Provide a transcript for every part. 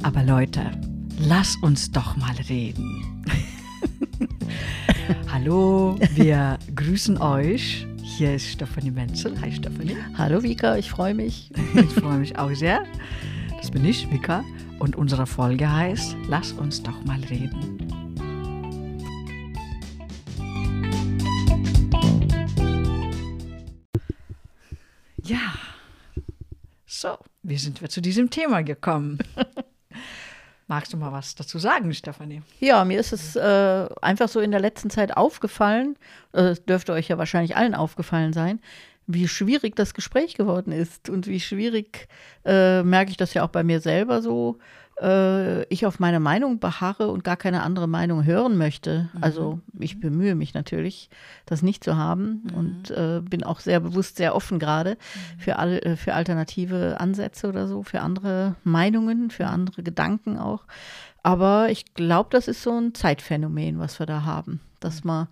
Aber Leute, lass uns doch mal reden. Hallo, wir grüßen euch. Hier ist Stefanie Menzel. Hi Stefanie. Hallo Vika, ich freue mich. Ich freue mich auch sehr. Das bin ich, Vika. Und unsere Folge heißt, lass uns doch mal reden. Ja, so, wie sind wir zu diesem Thema gekommen? Magst du mal was dazu sagen, Stefanie? Ja, mir ist es einfach so in der letzten Zeit aufgefallen, dürfte euch ja wahrscheinlich allen aufgefallen sein, wie schwierig das Gespräch geworden ist und wie schwierig, merke ich das ja auch bei mir selber so, ich auf meine Meinung beharre und gar keine andere Meinung hören möchte. Also ich bemühe mich natürlich, das nicht zu haben und bin auch sehr bewusst, sehr offen gerade für alternative Ansätze oder so, für andere Meinungen, für andere Gedanken auch. Aber ich glaube, das ist so ein Zeitphänomen, was wir da haben, dass man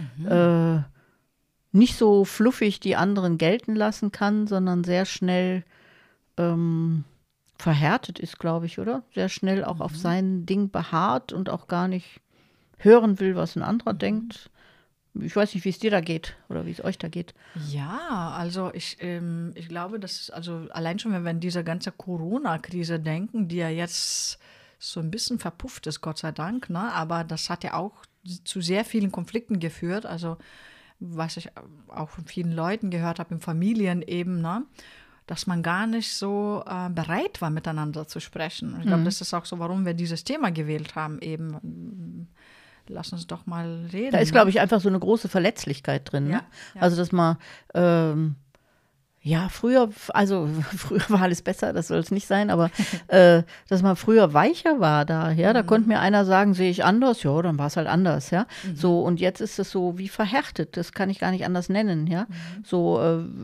nicht so fluffig die anderen gelten lassen kann, sondern sehr schnell verhärtet ist, glaube ich, oder? Sehr schnell auch auf sein Ding beharrt und auch gar nicht hören will, was ein anderer denkt. Ich weiß nicht, wie es dir da geht oder wie es euch da geht. Ja, also ich glaube, dass also allein schon, wenn wir an diese ganze Corona-Krise denken, die ja jetzt so ein bisschen verpufft ist, Gott sei Dank, ne? Aber das hat ja auch zu sehr vielen Konflikten geführt. Also was ich auch von vielen Leuten gehört habe, in Familien eben, ne? Dass man gar nicht so bereit war, miteinander zu sprechen. Ich glaube, das ist auch so, warum wir dieses Thema gewählt haben, eben. Lass uns doch mal reden. Da ist, glaube ich, einfach so eine große Verletzlichkeit drin. Ja, Ne? ja. Also, dass man, früher war alles besser, das soll es nicht sein, aber dass man früher weicher war da, ja, da konnte mir einer sagen, sehe ich anders, ja, dann war es halt anders, ja. So, und jetzt ist es so wie verhärtet, das kann ich gar nicht anders nennen, ja. So,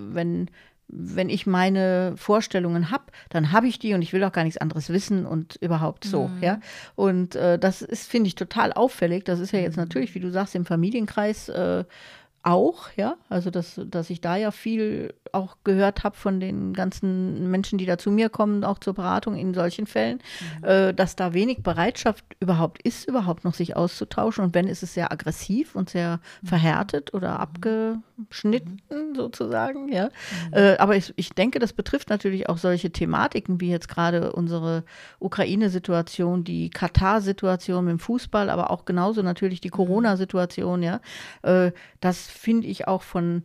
wenn ich meine Vorstellungen habe, dann habe ich die und ich will auch gar nichts anderes wissen und überhaupt so, ja. Und das ist, finde ich, total auffällig. Das ist ja jetzt natürlich, wie du sagst, im Familienkreis auch, ja. Also, dass ich da ja viel auch gehört habe von den ganzen Menschen, die da zu mir kommen, auch zur Beratung in solchen Fällen, dass da wenig Bereitschaft überhaupt ist, überhaupt noch sich auszutauschen. Und wenn, ist es sehr aggressiv und sehr verhärtet oder abgeschnitten sozusagen, ja. Aber ich denke, das betrifft natürlich auch solche Thematiken, wie jetzt gerade unsere Ukraine-Situation, die Katar-Situation im Fußball, aber auch genauso natürlich die Corona-Situation, ja. Das finde ich auch von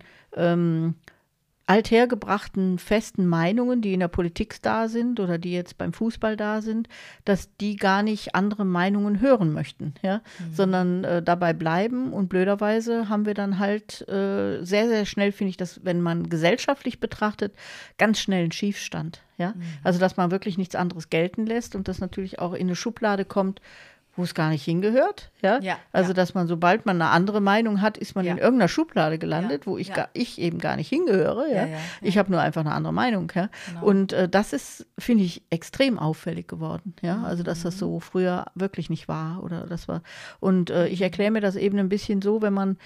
althergebrachten festen Meinungen, die in der Politik da sind oder die jetzt beim Fußball da sind, dass die gar nicht andere Meinungen hören möchten, ja, sondern dabei bleiben. Und blöderweise haben wir dann halt sehr, sehr schnell, finde ich, dass, wenn man gesellschaftlich betrachtet, ganz schnell einen Schiefstand, ja. Also, dass man wirklich nichts anderes gelten lässt und das natürlich auch in eine Schublade kommt, wo es gar nicht hingehört, ja. Ja, also, ja. dass man, sobald man eine andere Meinung hat, ist man Ja. in irgendeiner Schublade gelandet, Ja, wo ich ja. eben gar nicht hingehöre, ja. Ja. Ich habe nur einfach eine andere Meinung, ja. Genau. Und das ist, finde ich, extrem auffällig geworden, ja. Also, dass das so früher wirklich nicht war oder das war. Und ich erkläre mir das eben ein bisschen so, wenn man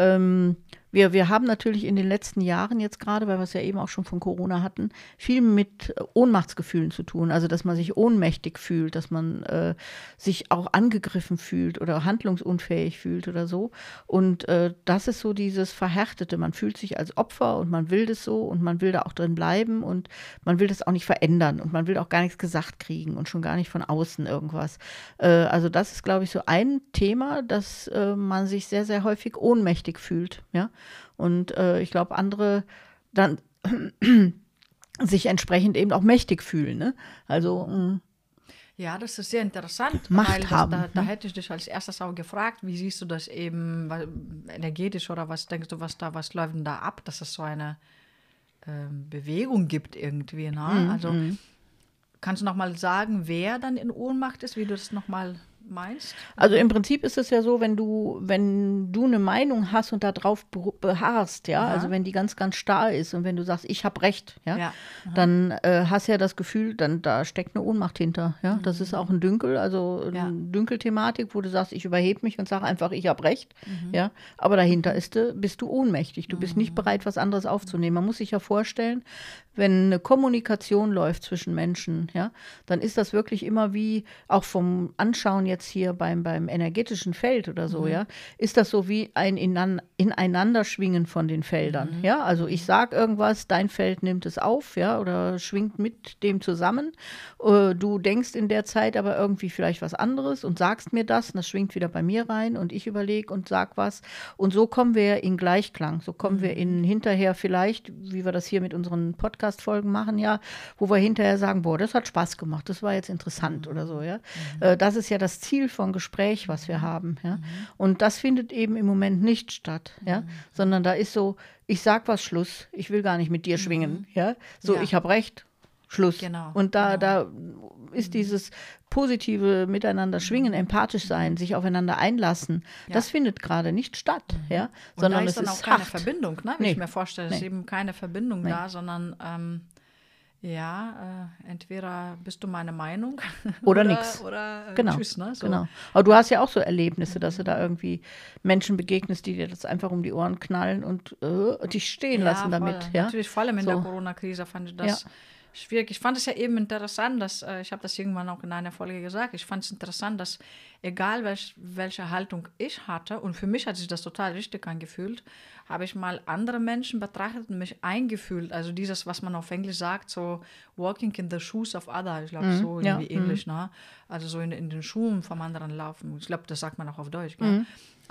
wir haben natürlich in den letzten Jahren jetzt gerade, weil wir es ja eben auch schon von Corona hatten, viel mit Ohnmachtsgefühlen zu tun. Also, dass man sich ohnmächtig fühlt, dass man sich auch angegriffen fühlt oder handlungsunfähig fühlt oder so. Und das ist so dieses Verhärtete. Man fühlt sich als Opfer und man will das so und man will da auch drin bleiben und man will das auch nicht verändern und man will auch gar nichts gesagt kriegen und schon gar nicht von außen irgendwas. Also, das ist, glaube ich, so ein Thema, dass man sich sehr, sehr häufig ohnmächtig fühlt, ja. Und ich glaube, andere dann sich entsprechend eben auch mächtig fühlen. Ne? Also Ja, das ist sehr interessant, Macht weil haben, da hätte ich dich als erstes auch gefragt, wie siehst du das eben energetisch oder was denkst du, was läuft denn da ab, dass es so eine Bewegung gibt irgendwie, ne? Also kannst du noch mal sagen, wer dann in Ohnmacht ist, wie du das noch mal meinst? Also im Prinzip ist es ja so, wenn du eine Meinung hast und darauf beharrst, ja, Aha. also wenn die ganz, ganz starr ist und wenn du sagst, ich habe Recht, ja, Ja. dann hast du ja das Gefühl, da steckt eine Ohnmacht hinter, ja. Das ist auch ein Dünkel, also eine Dünkelthematik, wo du sagst, ich überhebe mich und sage einfach, ich habe Recht, ja. Aber dahinter bist du ohnmächtig, du bist nicht bereit, was anderes aufzunehmen. Man muss sich ja vorstellen, wenn eine Kommunikation läuft zwischen Menschen, ja, dann ist das wirklich immer wie, auch vom Anschauen jetzt hier beim energetischen Feld oder so, ja, ist das so wie ein Ineinanderschwingen von den Feldern, ja. Also ich sage irgendwas, dein Feld nimmt es auf, ja, oder schwingt mit dem zusammen. Du denkst in der Zeit aber irgendwie vielleicht was anderes und sagst mir das und das schwingt wieder bei mir rein und ich überlege und sag was. Und so kommen wir in Gleichklang, so kommen wir in hinterher vielleicht, wie wir das hier mit unseren Podcast-Folgen machen, ja, wo wir hinterher sagen, boah, das hat Spaß gemacht, das war jetzt interessant oder so, ja. Das ist ja das Ziel von Gespräch, was wir haben, ja. Und das findet eben im Moment nicht statt, ja, sondern da ist so, ich sag was, Schluss, ich will gar nicht mit dir schwingen, ja. So, ich habe Recht, Schluss. Genau, Und da ist dieses positive Miteinander schwingen, empathisch sein, sich aufeinander einlassen, das findet gerade nicht statt, ja, Und sondern da es ist dann ist auch keine hart. Verbindung, ne? Wie ich mir vorstelle, es ist Nee. eben keine Verbindung da, sondern entweder bist du meine Meinung Oder nix. Oder Genau, tschüss, ne? So. genau. Aber du hast ja auch so Erlebnisse, dass du da irgendwie Menschen begegnest, die dir das einfach um die Ohren knallen und dich stehen lassen damit. Voll. Ja? Natürlich, vor allem in der So. Corona-Krise fand ich das schwierig. Ich fand es ja eben interessant, dass ich habe das irgendwann auch in einer Folge gesagt, ich fand es interessant, dass egal welche Haltung ich hatte, und für mich hat sich das total richtig angefühlt, habe ich mal andere Menschen betrachtet und mich eingefühlt. Also dieses, was man auf Englisch sagt, so walking in the shoes of other, ich glaube so irgendwie ähnlich, ne? Also so in den Schuhen vom anderen laufen. Ich glaube, das sagt man auch auf Deutsch, gell?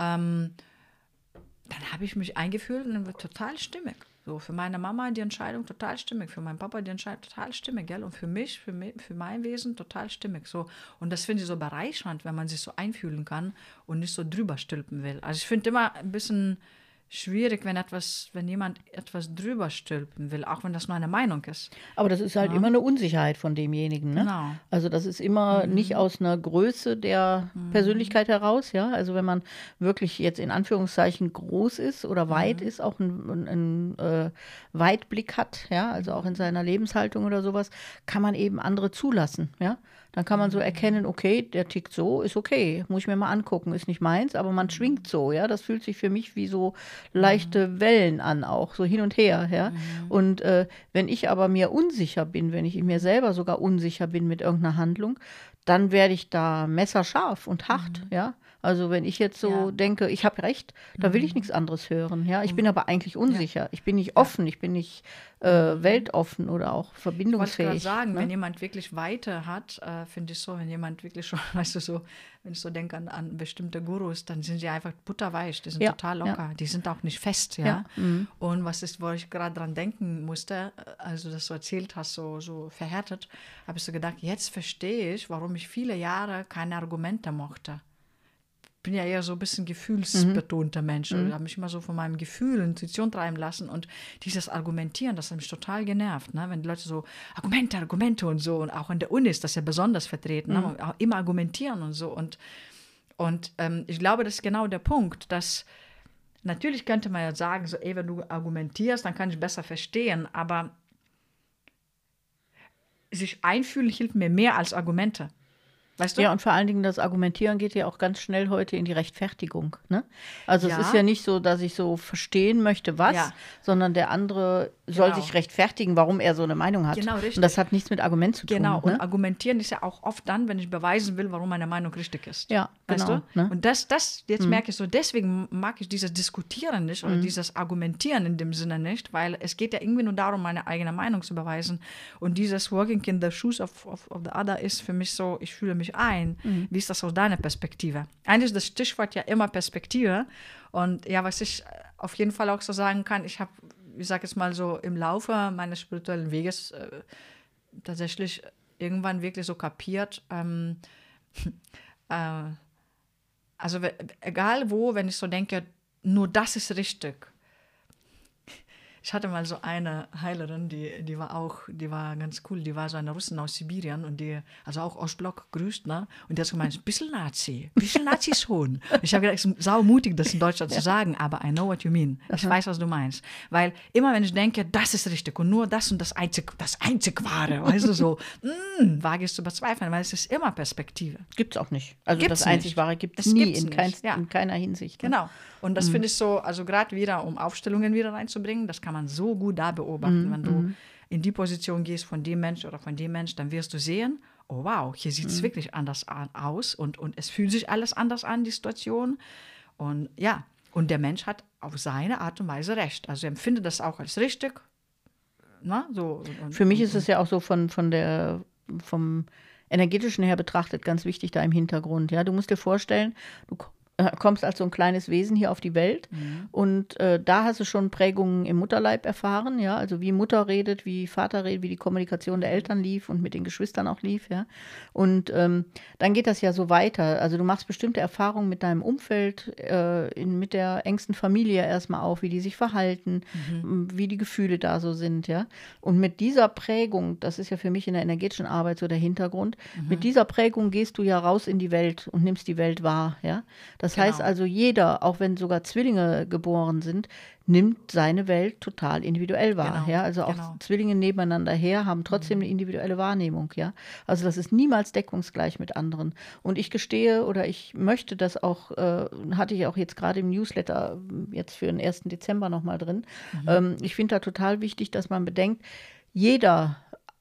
Dann habe ich mich eingefühlt und dann wird total stimmig. So, für meine Mama die Entscheidung total stimmig, für meinen Papa die Entscheidung total stimmig, gell? Und für mich, für mein Wesen total stimmig. So. Und das finde ich so bereichernd, wenn man sich so einfühlen kann und nicht so drüber stülpen will. Also ich finde immer ein bisschen schwierig, wenn jemand etwas drüber stülpen will, auch wenn das nur eine Meinung ist. Aber das ist halt immer eine Unsicherheit von demjenigen. Ne? Genau. Also das ist immer nicht aus einer Größe der Persönlichkeit heraus. Ja? Also wenn man wirklich jetzt in Anführungszeichen groß ist oder weit ist, auch einen Weitblick hat, ja? Also auch in seiner Lebenshaltung oder sowas, kann man eben andere zulassen. Ja? Dann kann man so erkennen, okay, der tickt so, ist okay, muss ich mir mal angucken, ist nicht meins, aber man schwingt so, ja, das fühlt sich für mich wie so leichte Wellen an auch, so hin und her, ja. Und wenn ich aber mir unsicher bin, wenn ich in mir selber sogar unsicher bin mit irgendeiner Handlung, dann werde ich da messerscharf und hart, ja. Also wenn ich jetzt so denke, ich habe Recht, da will ich nichts anderes hören, ja. Ich bin aber eigentlich unsicher, ich bin nicht offen, ich bin nicht weltoffen oder auch verbindungsfähig. Ich wollte gerade sagen, ne? wenn jemand wirklich Weite hat, finde ich so, wenn jemand wirklich schon, weißt du so, wenn ich so denke an bestimmte Gurus, dann sind sie einfach butterweich, die sind total locker, die sind auch nicht fest, ja. Und wo ich gerade dran denken musste, also das du erzählt hast, so verhärtet, habe ich so gedacht, jetzt verstehe ich, warum ich viele Jahre keine Argumente mochte. Ich bin ja eher so ein bisschen gefühlsbetonter Mensch. Ich habe mich immer so von meinem Gefühl, Intuition treiben lassen. Und dieses Argumentieren, das hat mich total genervt. Ne? Wenn die Leute so Argumente und so. Und auch in der Uni ist das ja besonders vertreten. Ne? Auch immer argumentieren und so. Und ich glaube, das ist genau der Punkt, dass natürlich könnte man ja sagen, so, wenn du argumentierst, dann kann ich besser verstehen. Aber sich einfühlen hilft mir mehr als Argumente. Weißt du? Ja, und vor allen Dingen das Argumentieren geht ja auch ganz schnell heute in die Rechtfertigung. Ne? Also es ist ja nicht so, dass ich so verstehen möchte, was, sondern der andere soll sich rechtfertigen, warum er so eine Meinung hat. Genau, richtig. Und das hat nichts mit Argument zu tun. Genau, und ne? argumentieren ist ja auch oft dann, wenn ich beweisen will, warum meine Meinung richtig ist. Ja, weißt genau. du? Ne? Und das jetzt merke ich so, deswegen mag ich dieses Diskutieren nicht oder dieses Argumentieren in dem Sinne nicht, weil es geht ja irgendwie nur darum, meine eigene Meinung zu beweisen. Und dieses Walking in the shoes of the other ist für mich so, ich fühle mich ein. Wie ist das aus deiner Perspektive? Eigentlich ist das Stichwort ja immer Perspektive. Und ja, was ich auf jeden Fall auch so sagen kann, ich habe, ich sage jetzt mal so, im Laufe meines spirituellen Weges tatsächlich irgendwann wirklich so kapiert, also egal wo, wenn ich so denke, nur das ist richtig. Ich hatte mal so eine Heilerin, die war ganz cool, die war so eine Russin aus Sibirien und also auch Ostblock grüßt, ne? Und die hat so gemeint, bisschen Nazi schon. Ich habe gedacht, es ist saumutig, das in Deutschland zu sagen, aber I know what you mean. Ich weiß, was du meinst. Weil immer, wenn ich denke, das ist richtig und nur das und das einzig wahre, weißt du, so, wage ich es zu bezweifeln, weil es ist immer Perspektive. Gibt es auch nicht. Also Gibt's das einzig Wahre gibt es nie, in keiner Hinsicht. Ne? Genau. Und das finde ich so, also gerade wieder, um Aufstellungen wieder reinzubringen, das kann man so gut da beobachten. Wenn du in die Position gehst von dem Mensch oder von dem Mensch, dann wirst du sehen, oh wow, hier sieht es wirklich anders aus und es fühlt sich alles anders an, die Situation. Und ja, und der Mensch hat auf seine Art und Weise recht. Also er empfindet das auch als richtig. Na, so, Für mich ist es ja auch so vom energetischen her betrachtet ganz wichtig da im Hintergrund. Ja, du musst dir vorstellen, du kommst als so ein kleines Wesen hier auf die Welt und da hast du schon Prägungen im Mutterleib erfahren, ja, also wie Mutter redet, wie Vater redet, wie die Kommunikation der Eltern lief und mit den Geschwistern auch lief, ja. Und dann geht das ja so weiter. Also du machst bestimmte Erfahrungen mit deinem Umfeld, mit der engsten Familie erstmal auch, wie die sich verhalten, wie die Gefühle da so sind, ja. Und mit dieser Prägung, das ist ja für mich in der energetischen Arbeit so der Hintergrund, mit dieser Prägung gehst du ja raus in die Welt und nimmst die Welt wahr, ja. Das heißt also, jeder, auch wenn sogar Zwillinge geboren sind, nimmt seine Welt total individuell wahr. Genau, ja? Also auch Zwillinge nebeneinander her haben trotzdem eine individuelle Wahrnehmung. Ja? Also das ist niemals deckungsgleich mit anderen. Und ich gestehe oder ich möchte das auch, hatte ich auch jetzt gerade im Newsletter jetzt für den 1. Dezember nochmal drin. Ich finde da total wichtig, dass man bedenkt, jeder,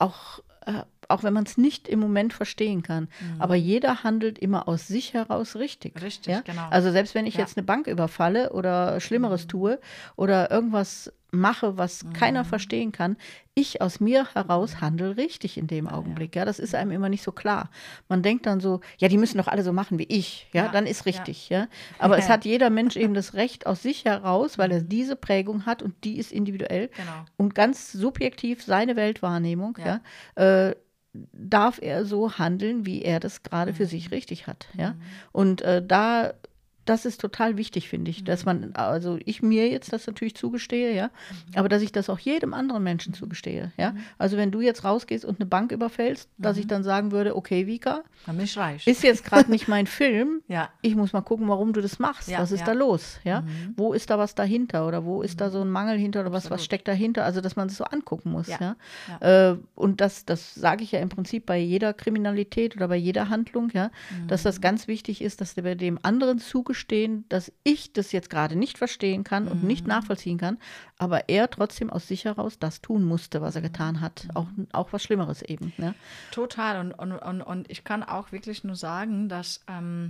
auch wenn man es nicht im Moment verstehen kann. Aber jeder handelt immer aus sich heraus richtig. Richtig, ja? genau. Also selbst wenn ich jetzt eine Bank überfalle oder Schlimmeres tue oder irgendwas mache, was keiner verstehen kann, ich aus mir heraus handle richtig in dem Augenblick. Ja, das ist einem immer nicht so klar. Man denkt dann so, ja, die müssen doch alle so machen wie ich. Ja, dann ist richtig. Ja. Aber es hat jeder Mensch eben das Recht aus sich heraus, weil er diese Prägung hat und die ist individuell und ganz subjektiv seine Weltwahrnehmung. Ja, darf er so handeln, wie er das gerade für sich richtig hat. Ja? Und das ist total wichtig, finde ich, dass man, also ich mir jetzt das natürlich zugestehe, ja, aber dass ich das auch jedem anderen Menschen zugestehe, ja. Also wenn du jetzt rausgehst und eine Bank überfällst, dass ich dann sagen würde, okay, Vika, dann bin ich reich. Ist jetzt gerade nicht mein Film, Ja. Ich muss mal gucken, warum du das machst, was ist da los, ja. Wo ist da was dahinter oder wo ist da so ein Mangel hinter oder was steckt dahinter, also dass man das so angucken muss, ja. Und das sage ich ja im Prinzip bei jeder Kriminalität oder bei jeder Handlung, ja, dass das ganz wichtig ist, dass wir dem anderen zugestehen, dass ich das jetzt gerade nicht verstehen kann und nicht nachvollziehen kann, aber er trotzdem aus sich heraus das tun musste, was er getan hat. Auch was Schlimmeres eben. Ne? Total. Und ich kann auch wirklich nur sagen, dass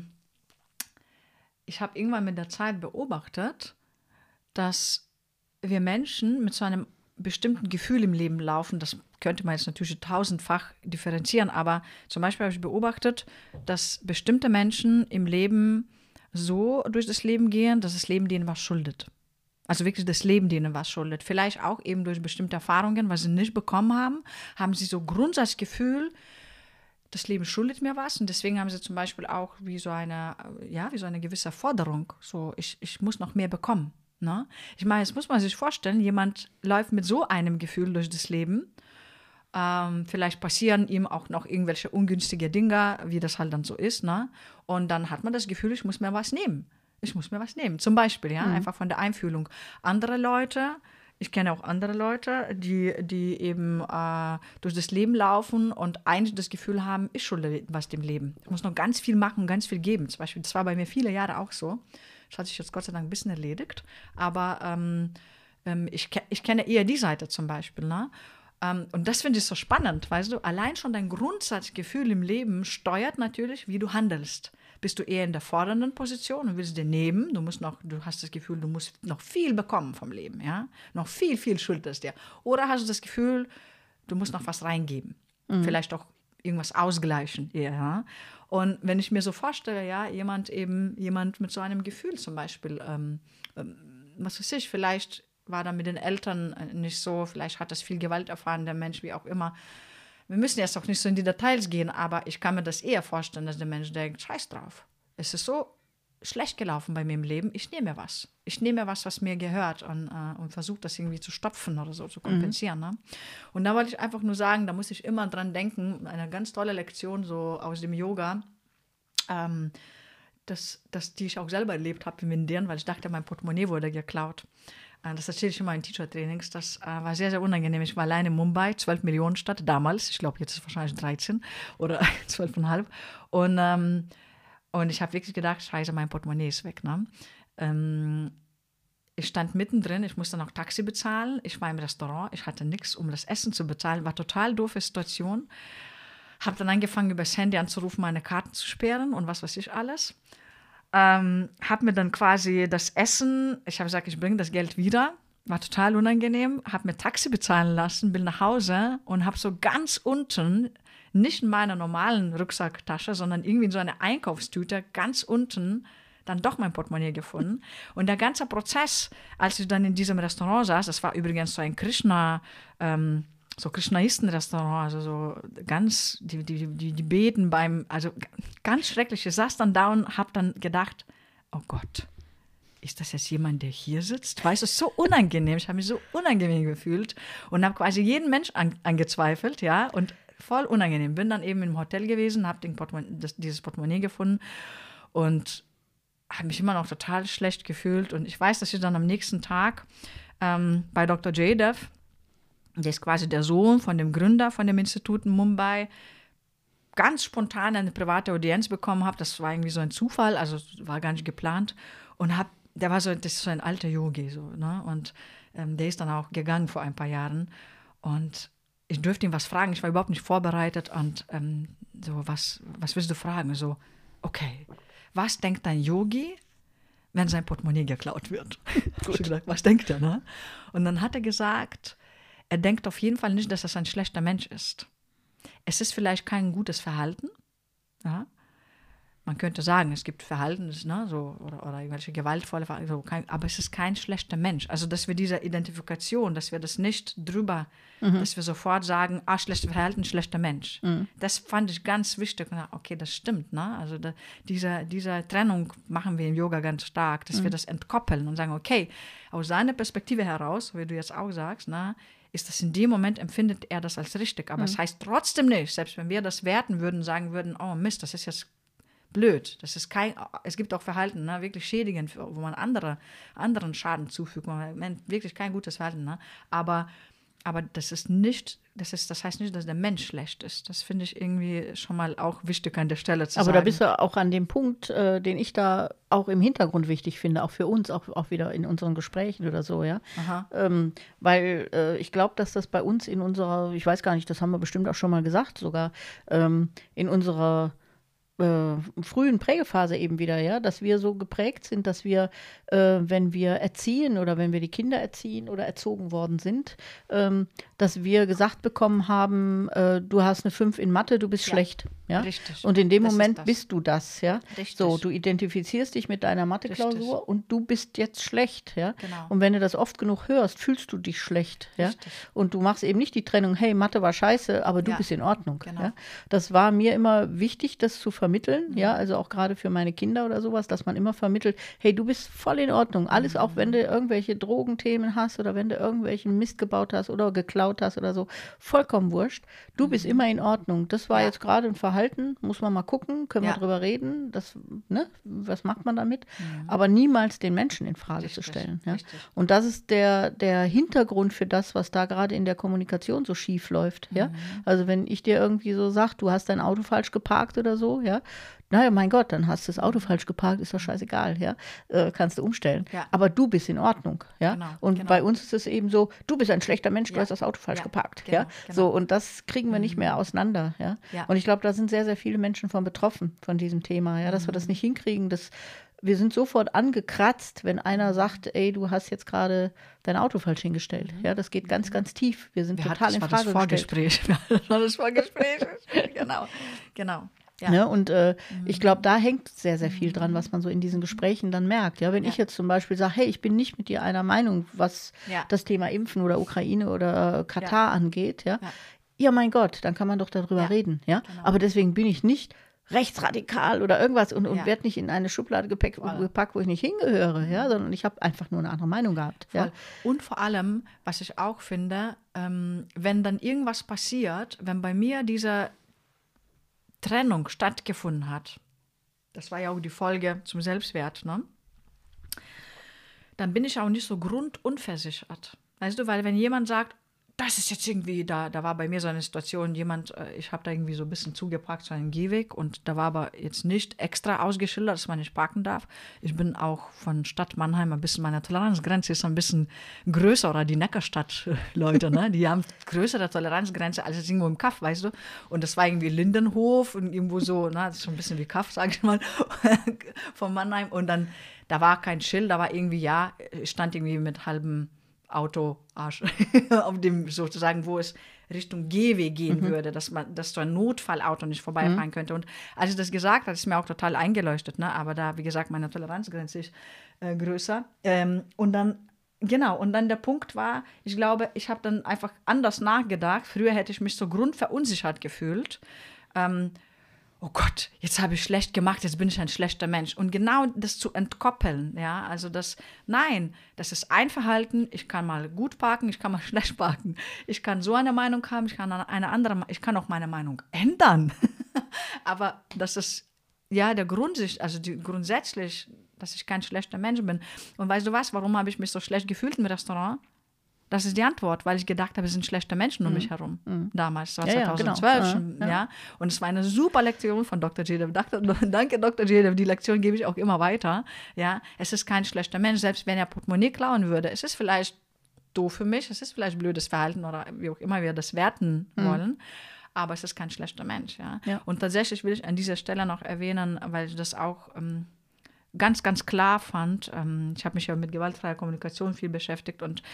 ich habe irgendwann mit der Zeit beobachtet, dass wir Menschen mit so einem bestimmten Gefühl im Leben laufen. Das könnte man jetzt natürlich tausendfach differenzieren, aber zum Beispiel habe ich beobachtet, dass bestimmte Menschen im Leben so durch das Leben gehen, dass das Leben denen was schuldet. Also wirklich das Leben denen was schuldet. Vielleicht auch eben durch bestimmte Erfahrungen, was sie nicht bekommen haben, haben sie so Grundsatzgefühl, das Leben schuldet mir was. Und deswegen haben sie zum Beispiel auch wie so eine gewisse Forderung. So, ich muss noch mehr bekommen. Ne? Ich meine, jetzt muss man sich vorstellen, jemand läuft mit so einem Gefühl durch das Leben. Vielleicht passieren ihm auch noch irgendwelche ungünstige Dinge, wie das halt dann so ist, ne? Und dann hat man das Gefühl, ich muss mir was nehmen. Zum Beispiel, ja, einfach von der Einfühlung. Andere Leute, ich kenne auch andere Leute, die eben durch das Leben laufen und eigentlich das Gefühl haben, ich schulde was dem Leben. Ich muss noch ganz viel machen, ganz viel geben. Zum Beispiel, das war bei mir viele Jahre auch so. Das hat sich jetzt Gott sei Dank ein bisschen erledigt. Aber ich kenne eher die Seite zum Beispiel, ne? Und das finde ich so spannend, weißt du, allein schon dein Grundsatzgefühl im Leben steuert natürlich, wie du handelst. Bist du eher in der fordernden Position und willst dir nehmen, du hast das Gefühl, du musst noch viel bekommen vom Leben, ja, noch viel, viel schuldest dir. Oder hast du das Gefühl, du musst noch was reingeben, vielleicht auch irgendwas ausgleichen, ja. Und wenn ich mir so vorstelle, ja, jemand mit so einem Gefühl zum Beispiel, was weiß ich, vielleicht war da mit den Eltern nicht so, vielleicht hat das viel Gewalt erfahren, der Mensch, wie auch immer. Wir müssen jetzt auch nicht so in die Details gehen, aber ich kann mir das eher vorstellen, dass der Mensch denkt, scheiß drauf. Es ist so schlecht gelaufen bei mir im Leben, ich nehme mir was. Ich nehme mir was mir gehört und versuche das irgendwie zu stopfen oder so, zu kompensieren. Ne? Und da wollte ich einfach nur sagen, da muss ich immer dran denken, eine ganz tolle Lektion so aus dem Yoga, die ich auch selber erlebt habe im Indieren, weil ich dachte, mein Portemonnaie wurde geklaut. Das erzähle ich immer in Teacher-Trainings. Das war sehr, sehr unangenehm. Ich war allein in Mumbai, 12 Millionen Stadt damals. Ich glaube, jetzt ist es wahrscheinlich 13 oder 12,5. Und ich habe wirklich gedacht, scheiße, mein Portemonnaie ist weg. Ne? Ich stand mittendrin, ich musste noch Taxi bezahlen. Ich war im Restaurant, ich hatte nichts, um das Essen zu bezahlen. War total doofe Situation. Habe dann angefangen, über das Handy anzurufen, meine Karten zu sperren und was weiß ich alles. Habe mir dann quasi das Essen, ich habe gesagt, ich bringe das Geld wieder, war total unangenehm, habe mir Taxi bezahlen lassen, bin nach Hause und habe so ganz unten, nicht in meiner normalen Rucksacktasche, sondern irgendwie in so einer Einkaufstüte, ganz unten, dann doch mein Portemonnaie gefunden. Und der ganze Prozess, als ich dann in diesem Restaurant saß, das war übrigens so ein Krishnaisten-Restaurant, also so ganz, die beten also ganz schrecklich. Ich saß dann da und habe dann gedacht, oh Gott, ist das jetzt jemand, der hier sitzt? Weißt du, es ist so unangenehm, ich habe mich so unangenehm gefühlt und habe quasi jeden Mensch angezweifelt, ja, und voll unangenehm. Bin dann eben im Hotel gewesen, habe dieses Portemonnaie gefunden und habe mich immer noch total schlecht gefühlt und ich weiß, dass ich dann am nächsten Tag bei Dr. Jaydev, der ist quasi der Sohn von dem Gründer von dem Institut in Mumbai, ganz spontan eine private Audienz bekommen habe. Das war irgendwie so ein Zufall, also war gar nicht geplant. Und das ist so ein alter Yogi, so, ne? Und der ist dann auch gegangen vor ein paar Jahren. Und ich durfte ihn was fragen. Ich war überhaupt nicht vorbereitet. Und so, was willst du fragen? So, okay, was denkt ein Yogi, wenn sein Portemonnaie geklaut wird? Ich gedacht, was denkt er, ne? Und dann hat er gesagt, er denkt auf jeden Fall nicht, dass das ein schlechter Mensch ist. Es ist vielleicht kein gutes Verhalten. Ja? Man könnte sagen, es gibt Verhalten, ne, so, oder irgendwelche gewaltvolle Verhalten, so, aber es ist kein schlechter Mensch. Also, dass wir diese Identifikation, dass wir das nicht drüber, dass wir sofort sagen, schlechtes Verhalten, schlechter Mensch. Das fand ich ganz wichtig. Okay, das stimmt. Ne? Also, diese Trennung machen wir im Yoga ganz stark, dass wir das entkoppeln und sagen, okay, aus seiner Perspektive heraus, wie du jetzt auch sagst, ne, ist das in dem Moment, empfindet er das als richtig. Aber es heißt trotzdem nicht, selbst wenn wir das werten würden, sagen würden, oh Mist, das ist jetzt blöd. Es gibt auch Verhalten, ne, wirklich schädigend, wo man anderen Schaden zufügt. Man wirklich kein gutes Verhalten. Ne? Aber das heißt nicht, dass der Mensch schlecht ist. Das finde ich irgendwie schon mal auch wichtig an der Stelle zu sagen. Aber da bist du auch an dem Punkt, den ich da auch im Hintergrund wichtig finde, auch für uns, auch wieder in unseren Gesprächen oder so, ja. Weil ich glaube, dass das bei uns in unserer, ich weiß gar nicht, das haben wir bestimmt auch schon mal gesagt, sogar in unserer frühen Prägephase eben wieder, ja, dass wir so geprägt sind, dass wir, wenn wir erziehen oder wenn wir die Kinder erziehen oder erzogen worden sind, dass wir gesagt bekommen haben, du hast eine 5 in Mathe, du bist schlecht. Ja? Richtig. Und in dem Moment bist du das, ja. Richtig. So, du identifizierst dich mit deiner Mathe-Klausur und du bist jetzt schlecht, ja. Genau. Und wenn du das oft genug hörst, fühlst du dich schlecht, ja. Richtig. Und du machst eben nicht die Trennung, hey, Mathe war scheiße, aber du bist in Ordnung. Genau. Ja? Das war mir immer wichtig, das zu vermitteln, ja, also auch gerade für meine Kinder oder sowas, dass man immer vermittelt, hey, du bist voll in Ordnung. Alles, auch wenn du irgendwelche Drogenthemen hast oder wenn du irgendwelchen Mist gebaut hast oder geklaut hast oder so, vollkommen wurscht. Du bist immer in Ordnung. Das war jetzt gerade ein Verhalten, muss man mal gucken, können wir drüber reden, ne, was macht man damit? Aber niemals den Menschen in Frage zu stellen. Ja? Und das ist der Hintergrund für das, was da gerade in der Kommunikation so schief läuft. Ja? Also wenn ich dir irgendwie so sage, du hast dein Auto falsch geparkt oder so, ja, naja, mein Gott, dann hast du das Auto falsch geparkt, ist doch scheißegal, ja, kannst du umstellen. Ja. Aber du bist in Ordnung, ja. Genau, und bei uns ist es eben so, du bist ein schlechter Mensch, du hast das Auto falsch geparkt, ja. So, und das kriegen wir nicht mehr auseinander, ja. Und ich glaube, da sind sehr, sehr viele Menschen von betroffen, von diesem Thema, ja, dass wir das nicht hinkriegen, wir sind sofort angekratzt, wenn einer sagt, ey, du hast jetzt gerade dein Auto falsch hingestellt. Ja, das geht ganz, ganz tief. Wir sind total in Frage gestellt. Das war das Vorgespräch. Genau. Ja. Ne? Und ich glaube, da hängt sehr, sehr viel dran, was man so in diesen Gesprächen dann merkt. Ja, wenn ich jetzt zum Beispiel sage, hey, ich bin nicht mit dir einer Meinung, was das Thema Impfen oder Ukraine oder Katar angeht, ja, mein Gott, dann kann man doch darüber reden. Ja? Genau. Aber deswegen bin ich nicht rechtsradikal oder irgendwas und Ja. werde nicht in eine Schublade gepackt, wo ich nicht hingehöre, ja, sondern ich habe einfach nur eine andere Meinung gehabt. Ja. Und vor allem, was ich auch finde, wenn dann irgendwas passiert, wenn bei mir diese Trennung stattgefunden hat, das war ja auch die Folge zum Selbstwert, ne? Dann bin ich auch nicht so grundunversichert. Weißt du, weil wenn jemand sagt, das ist jetzt irgendwie, da war bei mir so eine Situation, ich habe da irgendwie so ein bisschen zugeparkt, so einen Gehweg und da war aber jetzt nicht extra ausgeschildert, dass man nicht parken darf. Ich bin auch von Stadt Mannheim ein bisschen, meine Toleranzgrenze ist ein bisschen größer, oder die Neckarstadt-Leute, ne? Die haben größere Toleranzgrenze als jetzt irgendwo im Kaff, weißt du? Und das war irgendwie Lindenhof und irgendwo so, ne? Das ist schon ein bisschen wie Kaff, sage ich mal, von Mannheim. Und dann, da war kein Schild, da war irgendwie, ja, ich stand irgendwie mit halbem Autoarsch auf dem sozusagen, wo es Richtung Gehweg gehen würde, dass so ein Notfallauto nicht vorbeifahren könnte. Und als ich das gesagt habe, ist mir auch total eingeleuchtet, ne? Aber da, wie gesagt, meine Toleranzgrenze ist größer. Und dann der Punkt war, ich glaube, ich habe dann einfach anders nachgedacht. Früher hätte ich mich so grundverunsichert gefühlt. Oh Gott, jetzt habe ich schlecht gemacht, jetzt bin ich ein schlechter Mensch. Und genau das zu entkoppeln, ja, also das ist ein Verhalten, ich kann mal gut parken, ich kann mal schlecht parken. Ich kann so eine Meinung haben, ich kann eine andere, ich kann auch meine Meinung ändern. Aber das ist, ja, der Grundsicht, also grundsätzlich, dass ich kein schlechter Mensch bin. Und weißt du was, warum habe ich mich so schlecht gefühlt im Restaurant? Das ist die Antwort, weil ich gedacht habe, es sind schlechte Menschen um mich herum. Damals, das war 2012. Genau. Ja. Und es war eine super Lektion von Dr. Jedev. Danke, Dr. Jedev. Die Lektion gebe ich auch immer weiter. Ja. Es ist kein schlechter Mensch, selbst wenn er Portemonnaie klauen würde. Es ist vielleicht doof für mich, es ist vielleicht blödes Verhalten oder wie auch immer wir das werten wollen. Aber es ist kein schlechter Mensch. Ja. Und tatsächlich will ich an dieser Stelle noch erwähnen, weil ich das auch ganz, ganz klar fand, ich habe mich ja mit gewaltfreier Kommunikation viel beschäftigt und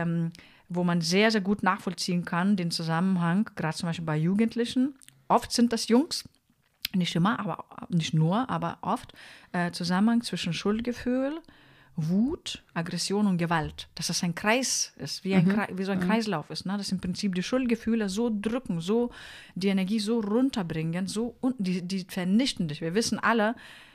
wo man sehr, sehr gut nachvollziehen kann, den Zusammenhang, gerade zum Beispiel bei Jugendlichen. Oft sind das Jungs, nicht immer, aber nicht nur, aber oft, Zusammenhang zwischen Schuldgefühl, Wut, Aggression und Gewalt. Dass das ein Kreis ist, wie so ein Kreislauf ist. Ne? Dass im Prinzip die Schuldgefühle so drücken, so die Energie so runterbringen, die vernichten dich. Wir wissen alle,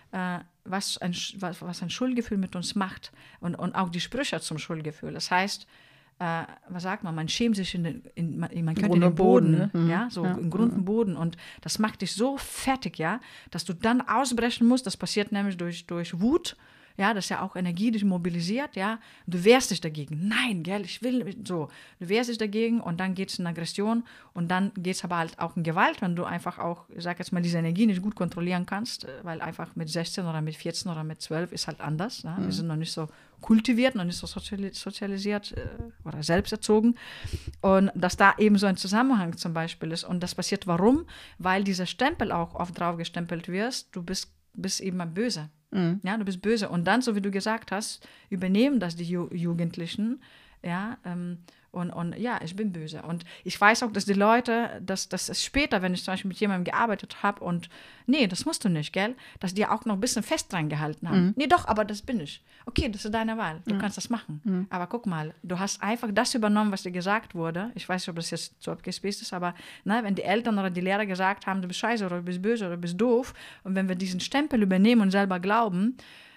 was ein Schuldgefühl mit uns macht und auch die Sprüche zum Schuldgefühl. Das heißt, was sagt man schämt sich man könnte in den Boden, ja, so im Grund und Boden und das macht dich so fertig, ja, dass du dann ausbrechen musst. Das passiert nämlich durch Wut. Ja, das ist ja auch Energie, die dich mobilisiert, ja. Du wehrst dich dagegen. Nein, gell, ich will so. Du wehrst dich dagegen und dann geht es in Aggression und dann geht es aber halt auch in Gewalt, wenn du einfach auch, ich sag jetzt mal, diese Energie nicht gut kontrollieren kannst, weil einfach mit 16 oder mit 14 oder mit 12 ist halt anders. Ja? Wir sind noch nicht so kultiviert, noch nicht so sozialisiert oder selbst erzogen. Und dass da eben so ein Zusammenhang zum Beispiel ist. Und das passiert warum? Weil dieser Stempel auch oft drauf gestempelt wirst, du bist eben ein Böse. Ja, du bist böse. Und dann, so wie du gesagt hast, übernehmen das die Jugendlichen, ja, und ja, ich bin böse. Und ich weiß auch, dass die Leute, dass es später, wenn ich zum Beispiel mit jemandem gearbeitet habe und, nee, das musst du nicht, gell, dass die auch noch ein bisschen fest dran gehalten haben. Nee, doch, aber das bin ich. Okay, das ist deine Wahl, du kannst das machen. Aber guck mal, du hast einfach das übernommen, was dir gesagt wurde. Ich weiß nicht, ob das jetzt so abgespaced ist, aber wenn die Eltern oder die Lehrer gesagt haben, du bist scheiße oder du bist böse oder du bist doof, und wenn wir diesen Stempel übernehmen und selber glauben,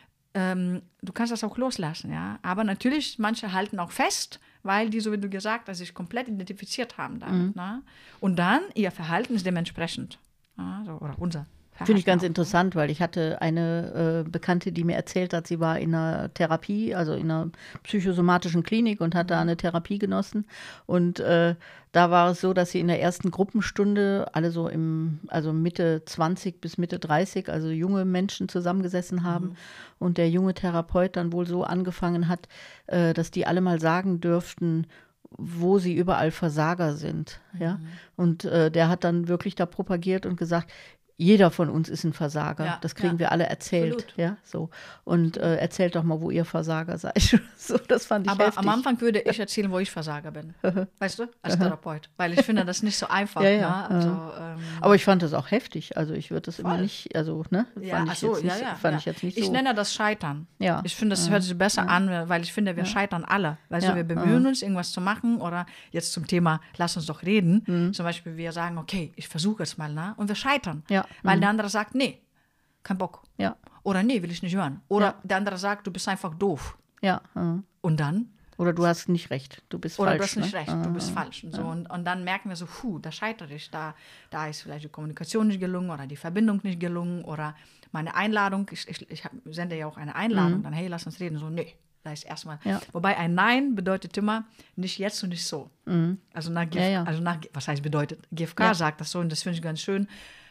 du kannst das auch loslassen, ja. Aber natürlich, manche halten auch fest, weil die, so wie du gesagt hast, sich komplett identifiziert haben damit. Ne? Und dann, ihr Verhalten ist dementsprechend. Ja, so, oder unser Verhalten. Finde ich ganz auch, interessant, weil ich hatte eine Bekannte, die mir erzählt hat, sie war in einer Therapie, also in einer psychosomatischen Klinik und hat da eine Therapie genossen. Und da war es so, dass sie in der ersten Gruppenstunde alle so also Mitte 20 bis Mitte 30, also junge Menschen zusammengesessen haben. Und der junge Therapeut dann wohl so angefangen hat, dass die alle mal sagen dürften, wo sie überall Versager sind. Ja? Und der hat dann wirklich da propagiert und gesagt, jeder von uns ist ein Versager. Ja, das kriegen wir alle erzählt. Absolut. Ja, so. Und erzählt doch mal, wo ihr Versager seid. So, das fand ich aber heftig. am Anfang würde ich erzählen, wo ich Versager bin. Weißt du? Als Therapeut. Weil ich finde das nicht so einfach. Ja, ne? Also, aber ich fand das auch heftig. Also ich würde das immer nicht, also, ne? Fand ich jetzt nicht so. Ich nenne das Scheitern. Ja. Ich finde, das hört sich besser an, weil ich finde, wir scheitern alle. Weißt du, wir bemühen uns, irgendwas zu machen oder jetzt zum Thema, lass uns doch reden. Zum Beispiel, wir sagen, okay, ich versuche es mal, ne? Und wir scheitern. Ja. Ja. Weil der andere sagt, nee, kein Bock. Ja. Oder nee, will ich nicht hören. Oder der andere sagt, du bist einfach doof. Ja. Und dann? Oder du hast nicht recht, du bist falsch. Oder du hast nicht ne? recht, du bist falsch. Und, so. Und dann merken wir so, da scheitere ich, da ist vielleicht die Kommunikation nicht gelungen oder die Verbindung nicht gelungen oder meine Einladung, ich sende ja auch eine Einladung, dann hey, lass uns reden, so nee, da ist erstmal. Ja. Wobei ein Nein bedeutet immer nicht jetzt und nicht so. Also nach was heißt bedeutet? GfK sagt das so und das finde ich ganz schön.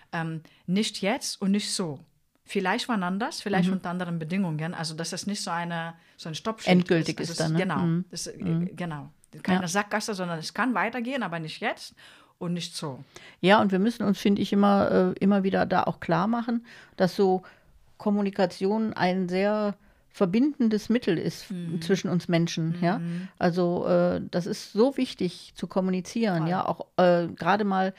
Nicht jetzt und nicht so. Vielleicht wann anders, vielleicht unter anderen Bedingungen. Also dass es nicht so ein Stoppschild endgültig ist. ist dann. Ne? Genau, genau. Keine Sackgasse, sondern es kann weitergehen, aber nicht jetzt und nicht so. Ja, und wir müssen uns, finde ich, immer wieder da auch klar machen, dass so Kommunikation ein sehr verbindendes Mittel ist zwischen uns Menschen. Ja? Also das ist so wichtig zu kommunizieren. Voll. Ja, auch gerade mal,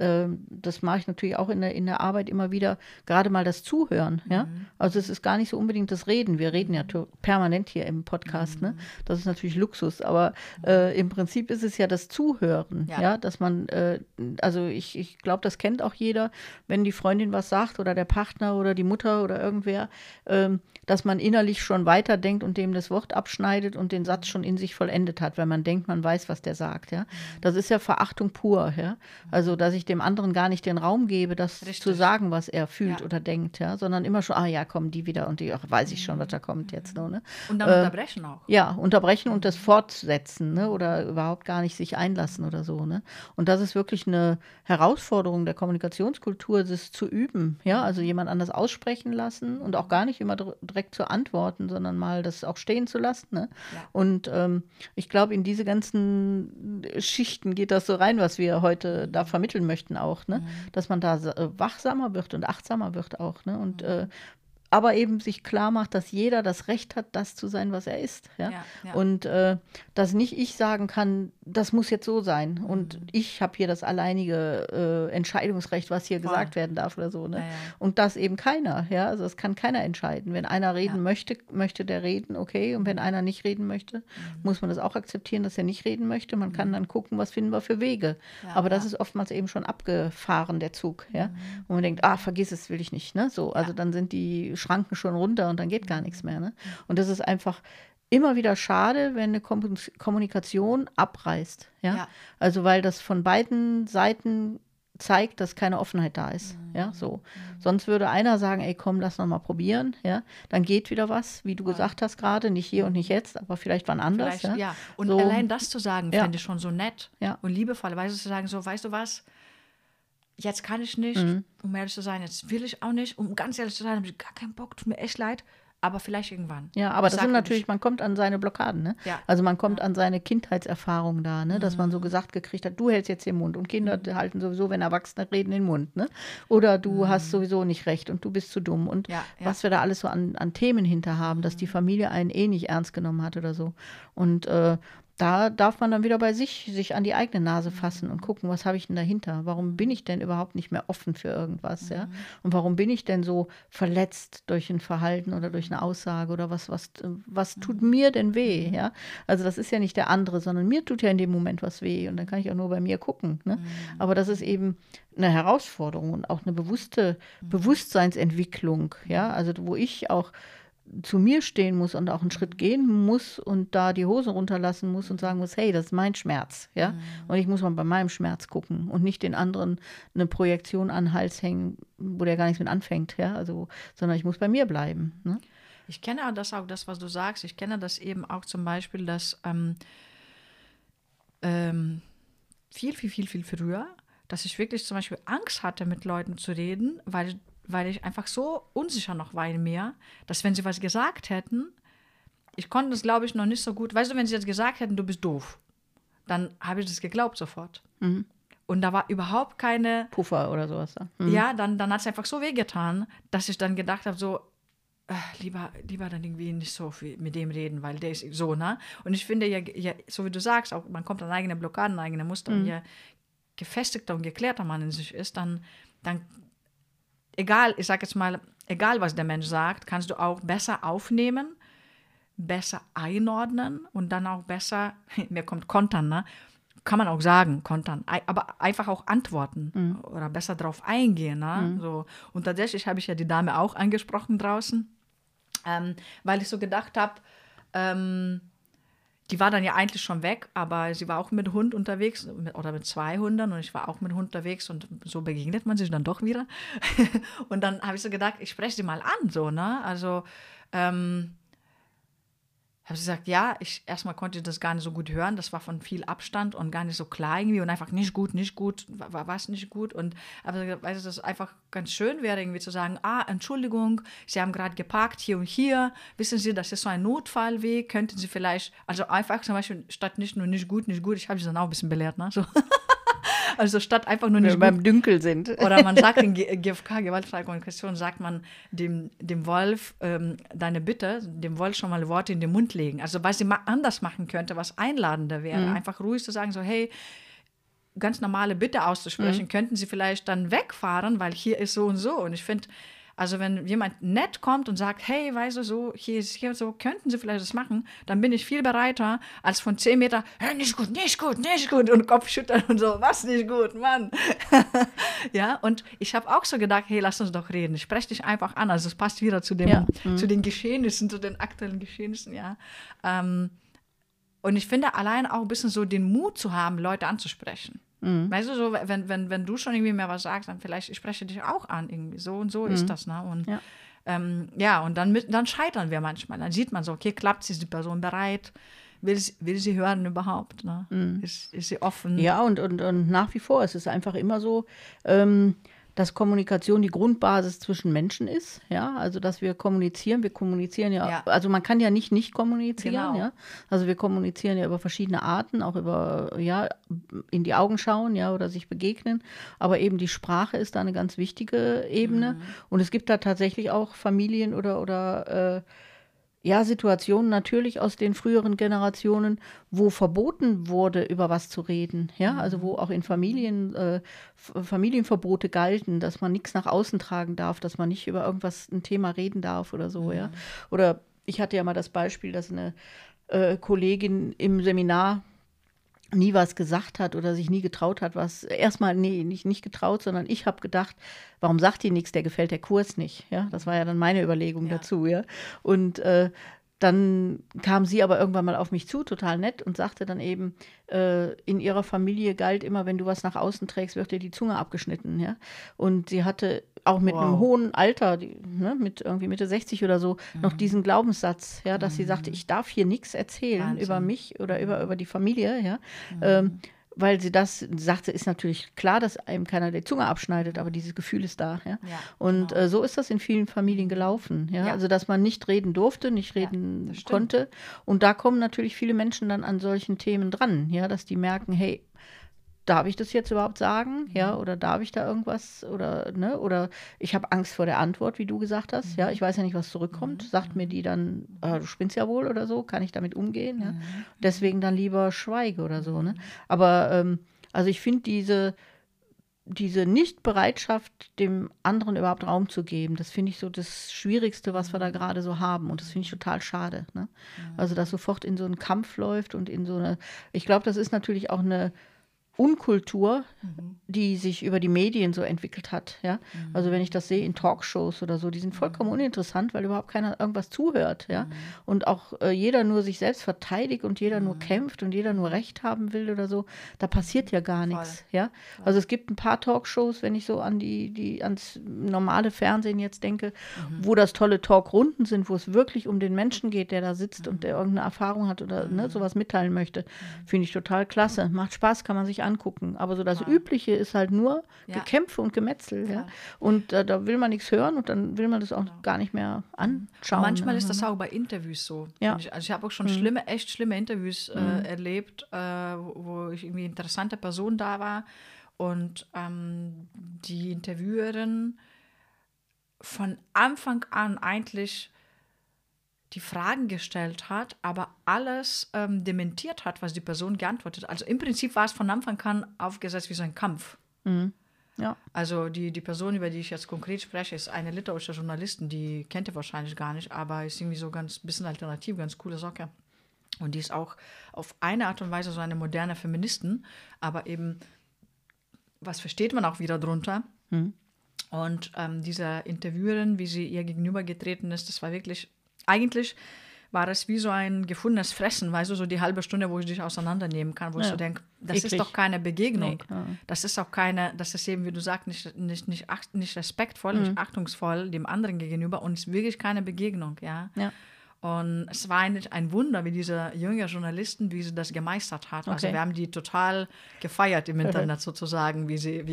das mache ich natürlich auch in der Arbeit immer wieder, gerade mal das Zuhören. Ja? Also es ist gar nicht so unbedingt das Reden. Wir reden ja permanent hier im Podcast. Ne? Das ist natürlich Luxus, aber im Prinzip ist es ja das Zuhören. Ja? Dass man, also ich glaube, das kennt auch jeder, wenn die Freundin was sagt oder der Partner oder die Mutter oder irgendwer, dass man innerlich schon weiterdenkt und dem das Wort abschneidet und den Satz schon in sich vollendet hat, weil man denkt, man weiß, was der sagt. Ja? Das ist ja Verachtung pur. Ja? Also, dass ich dem anderen gar nicht den Raum gebe, das zu sagen, was er fühlt oder denkt, ja, sondern immer schon, ja, kommen die wieder und die, weiß ich schon, was da kommt jetzt. Ne? Und dann unterbrechen auch. Ja, unterbrechen und das fortsetzen, ne? Oder überhaupt gar nicht sich einlassen oder so. Ne? Und das ist wirklich eine Herausforderung der Kommunikationskultur, das zu üben, ja, also jemand anders aussprechen lassen und auch gar nicht immer direkt zu antworten, sondern mal das auch stehen zu lassen. Ne? Ja. Und ich glaube, in diese ganzen Schichten geht das so rein, was wir heute da vermitteln möchten auch, ne? Dass man da wachsamer wird und achtsamer wird auch. Ne? Und aber eben sich klar macht, dass jeder das Recht hat, das zu sein, was er ist. Ja? Und dass nicht ich sagen kann, das muss jetzt so sein. Und ich habe hier das alleinige Entscheidungsrecht, was hier gesagt werden darf oder so. Ne? Und das eben keiner. Ja? Also das kann keiner entscheiden. Wenn einer reden möchte der reden, okay. Und wenn einer nicht reden möchte, muss man das auch akzeptieren, dass er nicht reden möchte. Man kann dann gucken, was finden wir für Wege. Aber das ist oftmals eben schon abgefahren, der Zug. Ja? Und man denkt, vergiss es, will ich nicht. Ne? So, also dann sind die Schranken schon runter und dann geht gar nichts mehr. Ne? Und das ist einfach immer wieder schade, wenn eine Kommunikation abreißt. Ja? Also weil das von beiden Seiten zeigt, dass keine Offenheit da ist. Ja, so. Sonst würde einer sagen, ey, komm, lass noch mal probieren. Ja? Dann geht wieder was, wie du gesagt hast gerade, nicht hier und nicht jetzt, aber vielleicht wann anders. Ja? Und so. Allein das zu sagen, finde ich schon so nett und liebevoll. Weißt du, zu sagen, so, weißt du was, jetzt kann ich nicht, um ehrlich zu sein, jetzt will ich auch nicht, um ganz ehrlich zu sein, habe ich gar keinen Bock, tut mir echt leid, aber vielleicht irgendwann. Ja, aber das sind natürlich, man kommt an seine Blockaden, ne? Ja. Also man kommt an seine Kindheitserfahrungen da, ne? Dass man so gesagt gekriegt hat, du hältst jetzt den Mund und Kinder halten sowieso, wenn Erwachsene reden, den Mund, ne? Oder du hast sowieso nicht recht und du bist zu dumm und was wir da alles so an Themen hinter haben, dass die Familie einen nicht ernst genommen hat oder so. Und da darf man dann wieder bei sich an die eigene Nase fassen und gucken, was habe ich denn dahinter? Warum bin ich denn überhaupt nicht mehr offen für irgendwas? Ja? Und warum bin ich denn so verletzt durch ein Verhalten oder durch eine Aussage oder was tut mir denn weh? Ja? Also das ist ja nicht der andere, sondern mir tut ja in dem Moment was weh und dann kann ich auch nur bei mir gucken. Ne? Aber das ist eben eine Herausforderung und auch eine bewusste Bewusstseinsentwicklung, ja? Also wo ich auch zu mir stehen muss und auch einen Schritt gehen muss und da die Hose runterlassen muss und sagen muss, hey, das ist mein Schmerz, ja, und ich muss mal bei meinem Schmerz gucken und nicht den anderen eine Projektion an den Hals hängen, wo der gar nichts mit anfängt, ja, also, sondern ich muss bei mir bleiben. Ne? Ich kenne auch das, was du sagst, ich kenne das eben auch zum Beispiel, dass viel früher, dass ich wirklich zum Beispiel Angst hatte, mit Leuten zu reden, weil ich einfach so unsicher noch war in mir, dass wenn sie was gesagt hätten, ich konnte das, glaube ich, noch nicht so gut. Weißt du, wenn sie jetzt gesagt hätten, du bist doof, dann habe ich das geglaubt sofort. Und da war überhaupt keine Puffer oder sowas. Ja, dann hat es einfach so wehgetan, dass ich dann gedacht habe, so, lieber dann irgendwie nicht so viel mit dem reden, weil der ist so, ne? Und ich finde, ja, so wie du sagst, auch man kommt an eigene Blockaden, eigene Muster, und je gefestigter und geklärter man in sich ist, dann egal, ich sag jetzt mal, egal was der Mensch sagt, kannst du auch besser aufnehmen, besser einordnen und dann auch besser, mir kommt kontern, ne? kann man auch sagen, kontern, aber einfach auch antworten oder besser drauf eingehen. Ne? So. Und tatsächlich habe ich ja die Dame auch angesprochen draußen, weil ich so gedacht habe, die war dann ja eigentlich schon weg, aber sie war auch mit Hund unterwegs oder mit 2 Hunden und ich war auch mit Hund unterwegs und so begegnet man sich dann doch wieder. Und dann habe ich so gedacht, ich spreche sie mal an, so, ne? Also, habe sie gesagt, ja, erstmal konnte ich das gar nicht so gut hören, das war von viel Abstand und gar nicht so klar irgendwie und einfach nicht gut, war was nicht gut und aber weißt du, dass es einfach ganz schön wäre, irgendwie zu sagen, Entschuldigung, Sie haben gerade geparkt hier und hier, wissen Sie, das ist so ein Notfallweg, könnten Sie vielleicht, also einfach zum Beispiel statt nicht nur nicht gut, ich habe sie dann auch ein bisschen belehrt, ne, so. Also statt einfach nur nicht Wenn wir beim Dünkel sind. Oder man sagt in GfK, gewaltfreie Kommunikation, sagt man dem Wolf deine Bitte, dem Wolf schon mal Worte in den Mund legen. Also was sie mal anders machen könnte, was einladender wäre. Einfach ruhig zu sagen, so hey, ganz normale Bitte auszusprechen, könnten Sie vielleicht dann wegfahren, weil hier ist so und so. Und ich finde, also wenn jemand nett kommt und sagt, hey, weißt du, so, hier ist hier so, könnten Sie vielleicht das machen, dann bin ich viel bereiter, als von 10 Meter, hey, nicht gut, und Kopf schütteln und so, was nicht gut, Mann. Ja, und ich habe auch so gedacht, hey, lass uns doch reden, ich spreche dich einfach an, also es passt wieder zu den Geschehnissen, zu den aktuellen Geschehnissen, ja. Und ich finde allein auch ein bisschen so den Mut zu haben, Leute anzusprechen. Weißt du, so, wenn du schon irgendwie mehr was sagst, dann vielleicht, ich spreche dich auch an, irgendwie, so und so ist das, ne? Und und dann scheitern wir manchmal. Dann sieht man so, okay, klappt sie, ist die Person bereit? Will sie hören überhaupt? Ne? Ist sie offen? Ja, und nach wie vor ist es einfach immer so, dass Kommunikation die Grundbasis zwischen Menschen ist, ja, also dass wir kommunizieren ja, also man kann ja nicht kommunizieren, Genau. ja, also wir kommunizieren ja über verschiedene Arten, auch über, ja, in die Augen schauen, ja, oder sich begegnen, aber eben die Sprache ist da eine ganz wichtige Ebene und es gibt da tatsächlich auch Familien oder ja, Situationen natürlich aus den früheren Generationen, wo verboten wurde, über was zu reden. Ja, also wo auch in Familien Familienverbote galten, dass man nichts nach außen tragen darf, dass man nicht über ein Thema reden darf oder so. Ja, oder ich hatte ja mal das Beispiel, dass eine Kollegin im Seminar nie was gesagt hat oder sich nie getraut hat, nicht getraut, sondern ich habe gedacht, warum sagt die nichts, der gefällt der Kurs nicht, ja, das war ja dann meine Überlegung dazu, ja, und dann kam sie aber irgendwann mal auf mich zu, total nett, und sagte dann eben, in ihrer Familie galt immer, wenn du was nach außen trägst, wird dir die Zunge abgeschnitten, ja, und sie hatte auch mit einem hohen Alter, mit irgendwie Mitte 60 oder so, noch diesen Glaubenssatz, ja, dass sie sagte, ich darf hier nichts erzählen über mich oder über die Familie, ja, weil sie das sagte, ist natürlich klar, dass einem keiner die Zunge abschneidet, aber dieses Gefühl ist da, ja. Und so ist das in vielen Familien gelaufen, ja, also dass man nicht reden durfte, nicht reden konnte, und da kommen natürlich viele Menschen dann an solchen Themen dran, ja, dass die merken, hey, darf ich das jetzt überhaupt sagen, ja, oder darf ich da irgendwas, oder, ne, oder ich habe Angst vor der Antwort, wie du gesagt hast, ja, ich weiß ja nicht, was zurückkommt, sagt mir die dann, du spinnst ja wohl oder so, kann ich damit umgehen, ja, deswegen dann lieber schweige oder so, ne, aber, also ich finde diese Nichtbereitschaft, dem anderen überhaupt Raum zu geben, das finde ich so das Schwierigste, was wir da gerade so haben, und das finde ich total schade, ne, also dass sofort in so einen Kampf läuft und in so eine, ich glaube, das ist natürlich auch eine Unkultur, die sich über die Medien so entwickelt hat, ja. Also wenn ich das sehe in Talkshows oder so, die sind vollkommen uninteressant, weil überhaupt keiner irgendwas zuhört, ja. Und auch jeder nur sich selbst verteidigt und jeder nur kämpft und jeder nur Recht haben will oder so, da passiert ja gar nichts, ja. Also es gibt ein paar Talkshows, wenn ich so an ans normale Fernsehen jetzt denke, wo das tolle Talkrunden sind, wo es wirklich um den Menschen geht, der da sitzt und der irgendeine Erfahrung hat oder sowas mitteilen möchte, finde ich total klasse. Macht Spaß, kann man sich angucken. Aber so das Übliche ist halt nur Gekämpfe und Gemetzel. Ja? Und da will man nichts hören und dann will man das auch gar nicht mehr anschauen. Manchmal ist das auch bei Interviews so. Ja. Also ich habe auch schon echt schlimme Interviews erlebt, wo ich irgendwie interessante Person da war und die Interviewerin von Anfang an eigentlich die Fragen gestellt hat, aber alles dementiert hat, was die Person geantwortet hat. Also im Prinzip war es von Anfang an aufgesetzt wie so ein Kampf. Ja. Also die Person, über die ich jetzt konkret spreche, ist eine litauische Journalistin, die kennt ihr wahrscheinlich gar nicht, aber ist irgendwie so ganz bisschen alternativ, ganz coole Socke. Und die ist auch auf eine Art und Weise so eine moderne Feministin, aber eben, was versteht man auch wieder drunter? Und diese Interviewerin, wie sie ihr gegenübergetreten ist, das war wirklich, eigentlich war es wie so ein gefundenes Fressen, weißt du, so die halbe Stunde, wo ich dich auseinandernehmen kann, wo ich so denke, das ist doch keine Begegnung. Nee. Das ist auch keine, das ist eben, wie du sagst, nicht respektvoll, nicht achtungsvoll dem anderen gegenüber und es ist wirklich keine Begegnung, ja. Und es war eigentlich ein Wunder, wie diese junge Journalistin, wie sie das gemeistert hat. Also wir haben die total gefeiert im Internet sozusagen,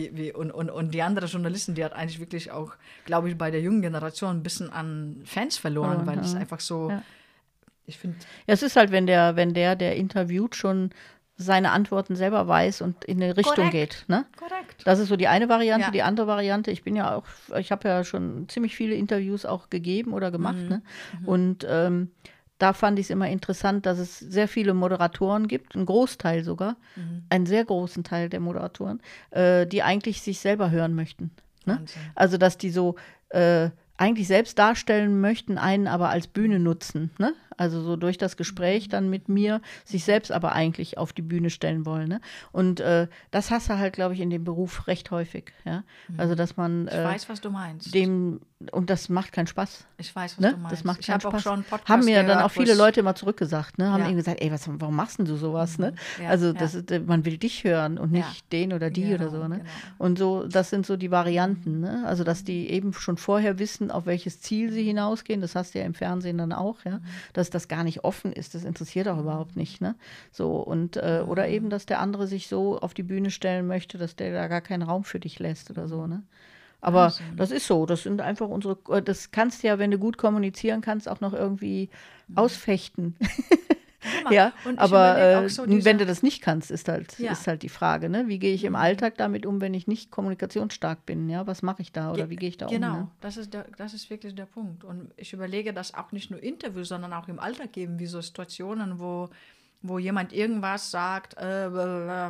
und die andere Journalistin, die hat eigentlich wirklich auch, glaube ich, bei der jungen Generation ein bisschen an Fans verloren, weil es einfach so, ich finde... Ja, es ist halt, wenn der interviewt, schon seine Antworten selber weiß und in eine Richtung geht. Ne? Korrekt. Das ist so die eine Variante. Die andere Variante, ich habe ja schon ziemlich viele Interviews auch gegeben oder gemacht. Ne? Und da fand ich es immer interessant, dass es sehr viele Moderatoren gibt, einen Großteil sogar, einen sehr großen Teil der Moderatoren, die eigentlich sich selber hören möchten. Ne? Also, dass die so eigentlich selbst darstellen möchten, einen aber als Bühne nutzen. Ne? Also so durch das Gespräch dann mit mir sich selbst aber eigentlich auf die Bühne stellen wollen. Ne? Und das hast du halt, glaube ich, in dem Beruf recht häufig. Ja? Also dass man ich weiß, was du meinst. Und das macht keinen Spaß. Ich weiß, was du meinst. Das macht keinen Spaß. Auch schon Podcast haben mir gehört, dann auch viele Leute immer zurückgesagt. Ne? Haben eben gesagt, ey, warum machst denn du sowas? Ne? Also man will dich hören und nicht den oder die oder so. Ne? Genau. Und so, das sind so die Varianten. Ne? Also dass die eben schon vorher wissen, auf welches Ziel sie hinausgehen. Das hast du ja im Fernsehen dann auch. Ja? Dass das gar nicht offen ist, das interessiert auch überhaupt nicht. Ne? So, und, oder eben, dass der andere sich so auf die Bühne stellen möchte, dass der da gar keinen Raum für dich lässt oder so. Ne? Aber das ist so, das sind einfach das kannst du ja, wenn du gut kommunizieren kannst, auch noch irgendwie ausfechten. Ja, aber so wenn du das nicht kannst, ist halt die Frage, ne? Wie gehe ich im Alltag damit um, wenn ich nicht kommunikationsstark bin? Ja, was mache ich da oder wie gehe ich da um? Genau, das ist wirklich der Punkt. Und ich überlege, dass auch nicht nur Interviews, sondern auch im Alltag geben, wie so Situationen, wo jemand irgendwas sagt, da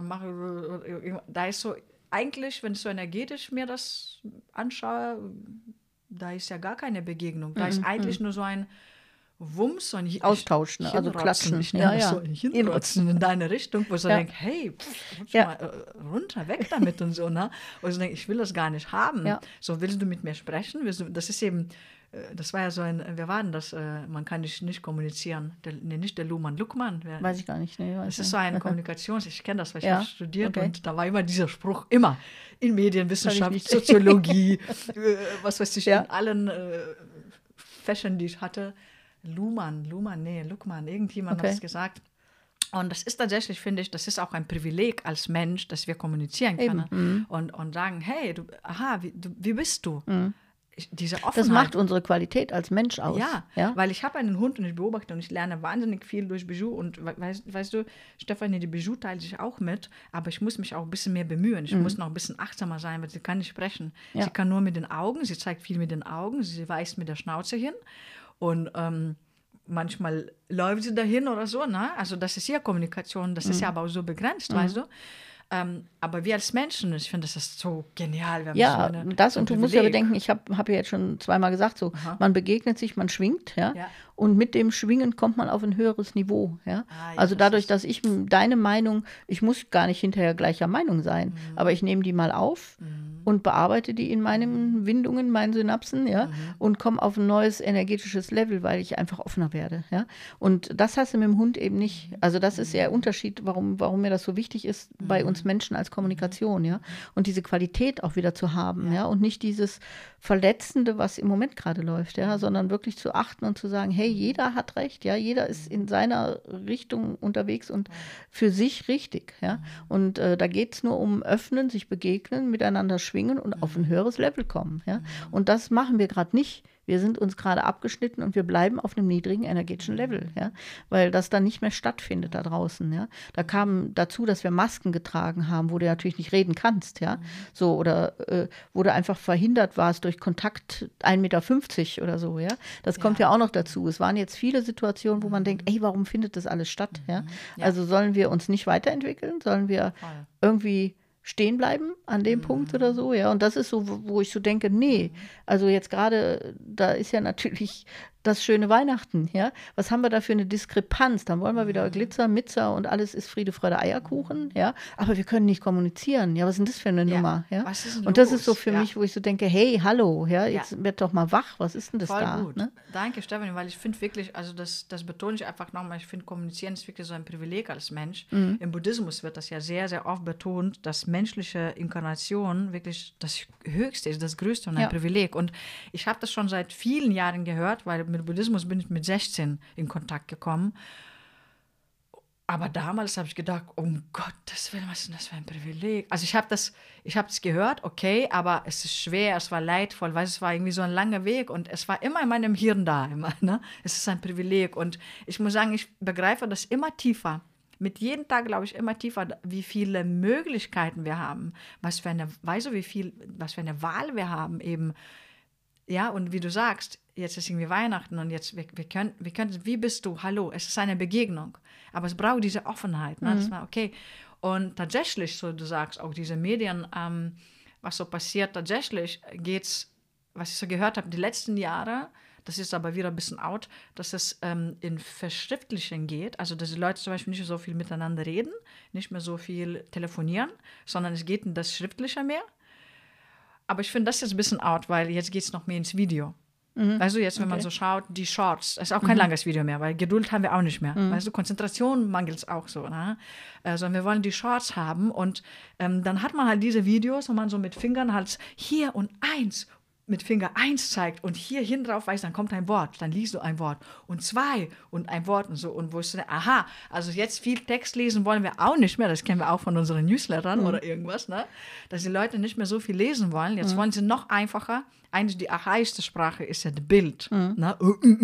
ist so, eigentlich, wenn ich so energetisch mir das anschaue, da ist ja gar keine Begegnung. Da ist eigentlich nur so ein Wumms, so ein Austausch, ne? Also klatschen. Ich nenne das so ein Hinrotzen in deine Richtung, wo ich so denke, hey, rutsch mal runter, weg damit und so. Ne? Und ich denke, ich will das gar nicht haben. Ja. So, willst du mit mir sprechen? Das ist eben, das war ja so wer war denn das? Man kann nicht kommunizieren. Nicht der Luhmann. Weiß ich gar nicht. Nee, das ist so eine ich kenne das, weil ich habe studiert und da war immer dieser Spruch, immer in Medienwissenschaft, Soziologie, was weiß ich, in allen Fächern, die ich hatte. Luhmann, irgendjemand hat es gesagt. Und das ist tatsächlich, finde ich, das ist auch ein Privileg als Mensch, dass wir kommunizieren können und sagen, hey, wie bist du? Diese Offenheit. Das macht unsere Qualität als Mensch aus. Ja, weil ich habe einen Hund und ich beobachte und ich lerne wahnsinnig viel durch Bijou. Und weißt du, Stefanie, die Bijou teilt sich auch mit, aber ich muss mich auch ein bisschen mehr bemühen. Ich muss noch ein bisschen achtsamer sein, weil sie kann nicht sprechen. Ja. Sie kann nur mit den Augen, sie zeigt viel mit den Augen, sie weist mit der Schnauze hin. Und manchmal läuft sie dahin oder so, ne? Also das ist ja Kommunikation, das ist ja aber auch so begrenzt, weißt du? Aber wir als Menschen, ich finde, das ist so genial. Ja, so und du musst ja bedenken, ich habe ja jetzt schon zweimal gesagt, so, man begegnet sich, man schwingt, ja, und mit dem Schwingen kommt man auf ein höheres Niveau, ja. Also dadurch, dass ich deine Meinung, ich muss gar nicht hinterher gleicher Meinung sein, aber ich nehme die mal auf und bearbeite die in meinen Windungen, meinen Synapsen, ja, und komme auf ein neues energetisches Level, weil ich einfach offener werde, ja. Und das hast du mit dem Hund eben nicht. Also das ist der Unterschied, warum mir das so wichtig ist, bei uns Menschen als Kommunikation, ja. Und diese Qualität auch wieder zu haben, ja, und nicht dieses Verletzende, was im Moment gerade läuft, ja, sondern wirklich zu achten und zu sagen, hey, jeder hat recht, ja, jeder ist in seiner Richtung unterwegs und für sich richtig, ja. Und da geht es nur um Öffnen, sich begegnen, miteinander schwingen und auf ein höheres Level kommen, ja. Und das machen wir gerade nicht. Wir sind uns gerade abgeschnitten und wir bleiben auf einem niedrigen energetischen Level, ja, weil das dann nicht mehr stattfindet da draußen, ja. Da kam dazu, dass wir Masken getragen haben, wo du natürlich nicht reden kannst, ja, so, oder wo du einfach verhindert warst durch Kontakt 1,50 Meter oder so, ja. Das kommt ja auch noch dazu. Es waren jetzt viele Situationen, wo man denkt, ey, warum findet das alles statt, ja. Also sollen wir uns nicht weiterentwickeln? Sollen wir irgendwie stehen bleiben an dem Punkt oder so, ja, und das ist so, wo ich so denke, nee, also jetzt gerade, da ist ja natürlich das schöne Weihnachten, ja? Was haben wir da für eine Diskrepanz? Dann wollen wir wieder Glitzer, Mitzer und alles ist Friede, Freude, Eierkuchen, ja? Aber wir können nicht kommunizieren. Ja, was ist denn das für eine Nummer, ja? Was ist denn Und das ist so los? für mich, wo ich so denke, hey, hallo, ja, Ja. jetzt werd doch mal wach, was ist denn das Voll da? gut. Ne? Danke, Stefanie, weil ich finde wirklich, also das betone ich einfach nochmal, ich finde, kommunizieren ist wirklich so ein Privileg als Mensch. Im Buddhismus wird das ja sehr, sehr oft betont, dass menschliche Inkarnation wirklich das Höchste ist, das Größte und ein Ja. Privileg. Und ich habe das schon seit vielen Jahren gehört, weil mit Buddhismus bin ich mit 16 in Kontakt gekommen. Aber damals habe ich gedacht, um Gottes Willen, was ist denn das für ein Privileg? Also ich habe das gehört, okay, aber es ist schwer, es war leidvoll, weil es war irgendwie so ein langer Weg und es war immer in meinem Hirn da, immer, ne? Es ist ein Privileg und ich muss sagen, ich begreife das immer tiefer. Mit jedem Tag glaube ich immer tiefer, wie viele Möglichkeiten wir haben, was für eine Wahl wir haben eben. Ja, und wie du sagst, jetzt ist irgendwie Weihnachten und jetzt, wir können, wie bist du? Hallo, es ist eine Begegnung. Aber es braucht diese Offenheit. Ne? Das war okay. Und tatsächlich, so du sagst, auch diese Medien, was so passiert, tatsächlich geht's, was ich so gehört habe, die letzten Jahre, das ist aber wieder ein bisschen out, dass es in Verschriftlichen geht, also dass die Leute zum Beispiel nicht so viel miteinander reden, nicht mehr so viel telefonieren, sondern es geht in das Schriftliche mehr. Aber ich finde das jetzt ein bisschen out, weil jetzt geht es noch mehr ins Video. Weißt du, jetzt, wenn man so schaut, die Shorts, ist auch kein langes Video mehr, weil Geduld haben wir auch nicht mehr. Weißt du, Konzentration mangelt es auch so. Ne? Sondern wir wollen die Shorts haben und dann hat man halt diese Videos, wo man so mit Fingern halt hier und 1 mit Finger 1 zeigt und hier hin drauf weiß, dann kommt ein Wort, dann liest du ein Wort und 2 und ein Wort und so und wo ist denn, aha, also jetzt viel Text lesen wollen wir auch nicht mehr, das kennen wir auch von unseren Newslettern oder irgendwas, ne? Dass die Leute nicht mehr so viel lesen wollen, jetzt wollen sie noch einfacher, eigentlich die archaische Sprache ist ja das Bild, ne?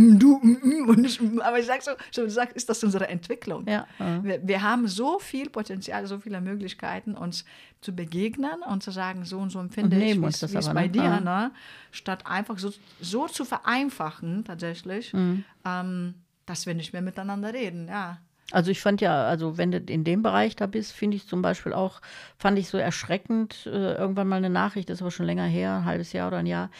Und ich, aber ich sag so, du sagst, ist das unsere Entwicklung? Ja. Wir haben so viel Potenzial, so viele Möglichkeiten, uns zu begegnen und zu sagen, so und so empfinde Und ich, nehmen wie uns es das wie es aber, bei ne? dir, Ja. ne? Statt einfach so zu vereinfachen, tatsächlich, dass wir nicht mehr miteinander reden, ja. Also ich fand ja, also wenn du in dem Bereich da bist, finde ich zum Beispiel auch, fand ich so erschreckend, irgendwann mal eine Nachricht, das ist aber schon länger her, ein halbes Jahr oder ein Jahr,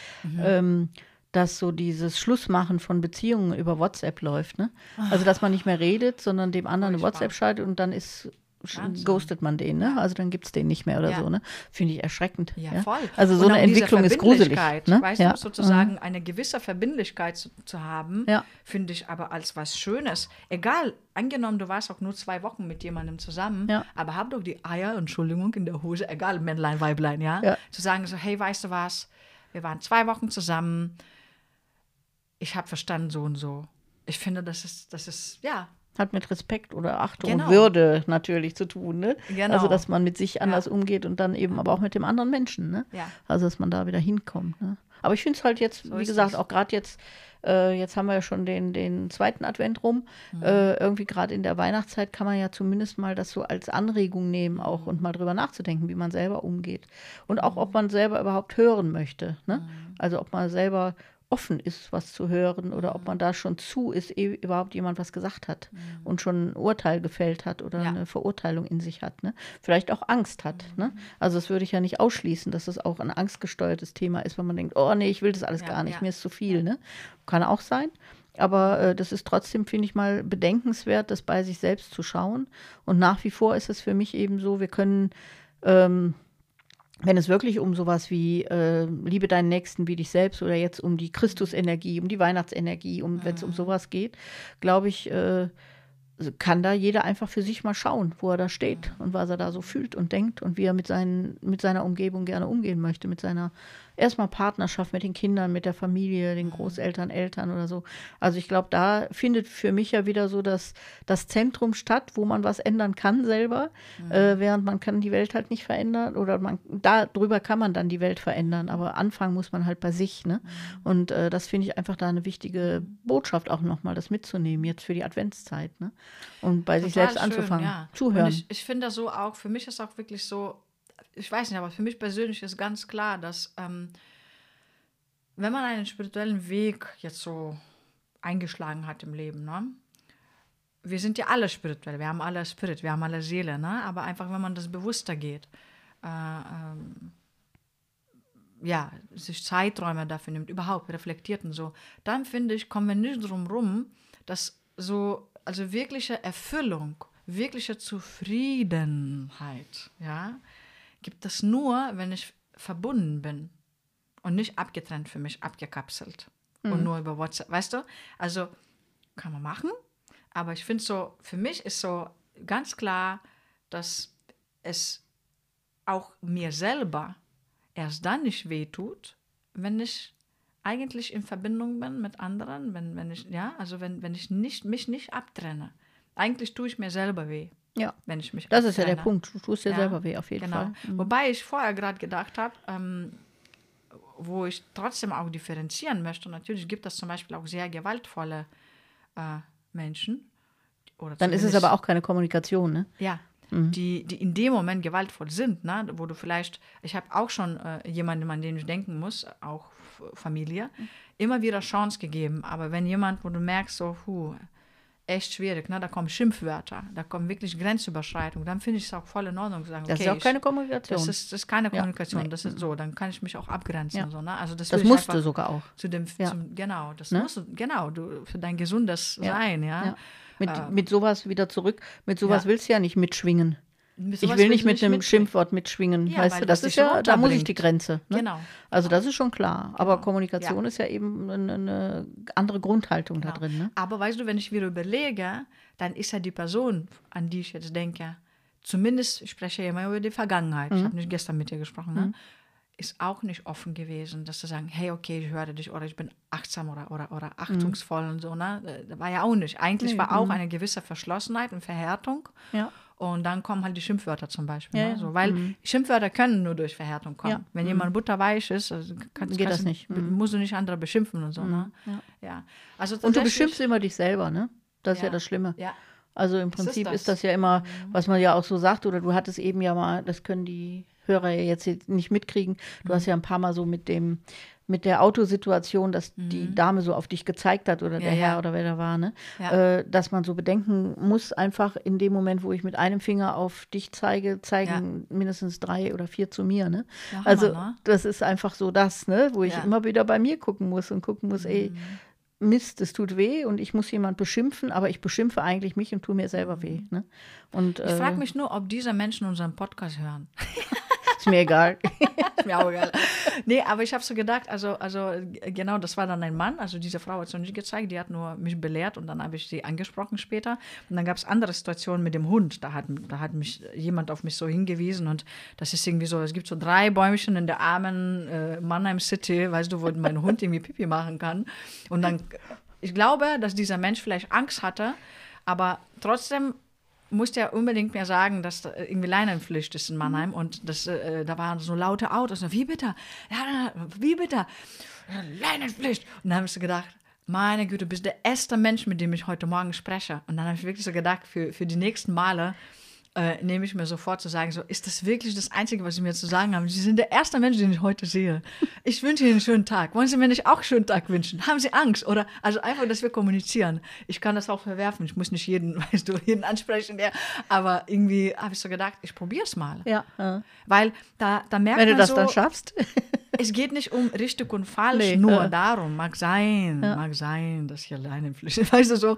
dass so dieses Schlussmachen von Beziehungen über WhatsApp läuft. Ne? Also dass man nicht mehr redet, sondern dem anderen eine Furchtbar. WhatsApp schreibt und dann Wahnsinn. ghostet man den. Ne? Also dann gibt es den nicht mehr oder Ja. so. Ne? Finde ich erschreckend. Ja, voll. Also so Und eine auch diese Entwicklung ist gruselig. Verbindlichkeit, Ne? Weißt Ja. du, sozusagen eine gewisse Verbindlichkeit zu haben, Ja. finde ich aber als was Schönes. Egal, angenommen, du warst auch nur 2 Wochen mit jemandem zusammen, Ja. aber hab doch die Eier, Entschuldigung, in der Hose, egal, Männlein, Weiblein, ja? Ja. Zu sagen so, hey, weißt du was, wir waren 2 Wochen zusammen, ich habe verstanden so und so. Ich finde, das ist, ja, Hat mit Respekt oder Achtung Genau. und Würde natürlich zu tun. Ne? Genau. Also, dass man mit sich anders Ja. umgeht und dann eben aber auch mit dem anderen Menschen. Ne? Ja. Also, dass man da wieder hinkommt. Ne? Aber ich finde es halt jetzt, So wie ist gesagt, das. auch gerade jetzt haben wir ja schon den zweiten Advent rum. Irgendwie gerade in der Weihnachtszeit kann man ja zumindest mal das so als Anregung nehmen auch und mal drüber nachzudenken, wie man selber umgeht. Und auch, ob man selber überhaupt hören möchte. Ne? Also, ob man selber offen ist, was zu hören oder ob man da schon zu ist, ehe überhaupt jemand was gesagt hat und schon ein Urteil gefällt hat oder Ja. eine Verurteilung in sich hat. Ne? Vielleicht auch Angst hat. Ne? Also das würde ich ja nicht ausschließen, dass das auch ein angstgesteuertes Thema ist, wenn man denkt, oh nee, ich will das alles Ja, gar nicht, ja. mir ist zu viel. Ne? Kann auch sein. Aber das ist trotzdem, finde ich mal, bedenkenswert, das bei sich selbst zu schauen. Und nach wie vor ist es für mich eben so, wir können wenn es wirklich um sowas wie liebe deinen Nächsten wie dich selbst oder jetzt um die Christusenergie, um die Weihnachtsenergie, wenn es um sowas geht, glaube ich, kann da jeder einfach für sich mal schauen, wo er da steht und was er da so fühlt und denkt und wie er mit seiner Umgebung gerne umgehen möchte, mit seiner erstmal Partnerschaft, mit den Kindern, mit der Familie, den Großeltern, Eltern oder so. Also ich glaube, da findet für mich ja wieder so das Zentrum statt, wo man was ändern kann selber, während man kann die Welt halt nicht verändern oder darüber kann man dann die Welt verändern, aber anfangen muss man halt bei sich. Ne? Und das finde ich einfach da eine wichtige Botschaft auch nochmal, das mitzunehmen, jetzt für die Adventszeit. Ne? Und bei sich Total selbst schön, anzufangen, ja. zuhören. Und ich finde das so auch, für mich ist auch wirklich so, ich weiß nicht, aber für mich persönlich ist ganz klar, dass wenn man einen spirituellen Weg jetzt so eingeschlagen hat im Leben, ne? Wir sind ja alle spirituell, wir haben alle Spirit, wir haben alle Seele, ne? Aber einfach, wenn man das bewusster geht, sich Zeiträume dafür nimmt, überhaupt reflektiert und so, dann finde ich, kommen wir nicht drum rum, dass so, also wirkliche Erfüllung, wirkliche Zufriedenheit, ja, gibt es nur, wenn ich verbunden bin und nicht abgetrennt für mich, abgekapselt und nur über WhatsApp, weißt du? Also kann man machen, aber ich finde so, für mich ist so ganz klar, dass es auch mir selber erst dann nicht wehtut, wenn ich eigentlich in Verbindung bin mit anderen, wenn ich mich nicht abtrenne. Eigentlich tue ich mir selber weh, wenn ich mich Das abtrenne. ist ja der Punkt. Du tust dir selber weh, auf jeden Fall. Wobei ich vorher gerade gedacht habe, wo ich trotzdem auch differenzieren möchte. Und natürlich gibt es zum Beispiel auch sehr gewaltvolle Menschen. Oder dann ist es aber auch keine Kommunikation, ne? Ja, die in dem Moment gewaltvoll sind, ne? Wo du vielleicht, ich habe auch schon jemanden, an den ich denken muss, auch Familie, immer wieder Chance gegeben. Aber wenn jemand, wo du merkst, so, echt schwierig, ne? Da kommen Schimpfwörter, da kommen wirklich Grenzüberschreitungen, dann finde ich es auch voll in Ordnung zu sagen, das ist auch keine Kommunikation. Das ist keine Kommunikation, das ist so, dann kann ich mich auch abgrenzen. Ja. So, ne? Also das musst du sogar auch. Musst du für dein gesundes Sein, ja. Mit sowas wieder zurück, mit sowas willst du ja nicht mitschwingen. Ich will nicht mit einem Schimpfwort mitschwingen, Ja, weißt du, das ist ja, da muss ich die Grenze. Ne? Genau. Also das ist schon klar, aber Kommunikation ist ja eben eine andere Grundhaltung da drin. Ne? Aber weißt du, wenn ich wieder überlege, dann ist ja die Person, an die ich jetzt denke, zumindest, ich spreche ja immer über die Vergangenheit, ich habe nicht gestern mit dir gesprochen, ne? Ist auch nicht offen gewesen, dass sie sagen, hey, okay, ich höre dich oder ich bin achtsam oder achtungsvoll und so. Ne? Das war ja auch nicht. Eigentlich war auch eine gewisse Verschlossenheit und Verhärtung. Ja. Und dann kommen halt die Schimpfwörter zum Beispiel. Ja, ne? So, weil Schimpfwörter können nur durch Verhärtung kommen. Ja. Wenn jemand butterweich ist, also geht das nicht. Musst du nicht andere beschimpfen und so. Ne? Ja. Also und du beschimpfst immer dich selber, ne? Das ist ja das Schlimme. Ja. Also im Prinzip ist das ja immer, was man ja auch so sagt, oder du hattest eben ja mal, das können die Hörer ja jetzt nicht mitkriegen, du hast ja ein paar Mal so mit der Autosituation, dass die Dame so auf dich gezeigt hat oder der Herr oder wer da war, ne? Ja. Dass man so bedenken muss, einfach in dem Moment, wo ich mit einem Finger auf dich zeigen mindestens 3 oder 4 zu mir, ne? Ja, also ne? das ist einfach so das, ne? Wo ich immer wieder bei mir gucken muss, ey, Mist, es tut weh und ich muss jemand beschimpfen, aber ich beschimpfe eigentlich mich und tue mir selber weh. Ne? Und, ich frage mich nur, ob diese Menschen unseren Podcast hören. Ist mir egal. Ist mir auch egal. Nee, aber ich habe so gedacht, also genau, das war dann ein Mann, also diese Frau hat es noch nicht gezeigt, die hat nur mich belehrt und dann habe ich sie angesprochen später. Und dann gab es andere Situationen mit dem Hund, da hat mich jemand auf mich so hingewiesen und das ist irgendwie so, es gibt so 3 Bäumchen in der armen Mannheim City, weißt du, wo mein Hund irgendwie Pipi machen kann. Und dann, ich glaube, dass dieser Mensch vielleicht Angst hatte, aber trotzdem musste er unbedingt mir sagen, dass da irgendwie Leinenpflicht ist in Mannheim und da waren so laute Autos. Und wie bitte? Ja, wie bitte? Leinenpflicht. Und dann habe ich so gedacht, meine Güte, du bist der erste Mensch, mit dem ich heute Morgen spreche. Und dann habe ich wirklich so gedacht, für die nächsten Male nehme ich mir sofort zu sagen, so, ist das wirklich das Einzige, was Sie mir zu sagen haben? Sie sind der erste Mensch, den ich heute sehe. Ich wünsche Ihnen einen schönen Tag. Wollen Sie mir nicht auch einen schönen Tag wünschen? Haben Sie Angst? Oder, also einfach, dass wir kommunizieren. Ich kann das auch verwerfen. Ich muss nicht jeden ansprechen. Aber irgendwie habe ich so gedacht, ich probiere es mal. Ja. Weil da merkt man so. Wenn du das dann schaffst. Es geht nicht um richtig und falsch, nur darum. Mag sein, dass ich alleine flüchte. Weißt du, so,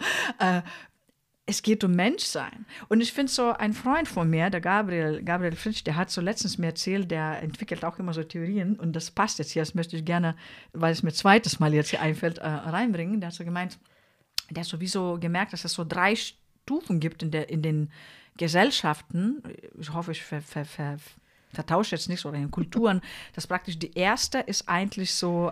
es geht um Menschsein. Und ich finde so, ein Freund von mir, der Gabriel Fritsch, der hat so letztens mir erzählt, der entwickelt auch immer so Theorien und das passt jetzt hier, das möchte ich gerne, weil es mir zweites Mal jetzt hier einfällt, reinbringen. Der hat so gemeint, der hat sowieso gemerkt, dass es so 3 Stufen gibt in den Gesellschaften. Ich hoffe, ich vertausche jetzt nichts oder in Kulturen. Das praktisch die erste ist eigentlich so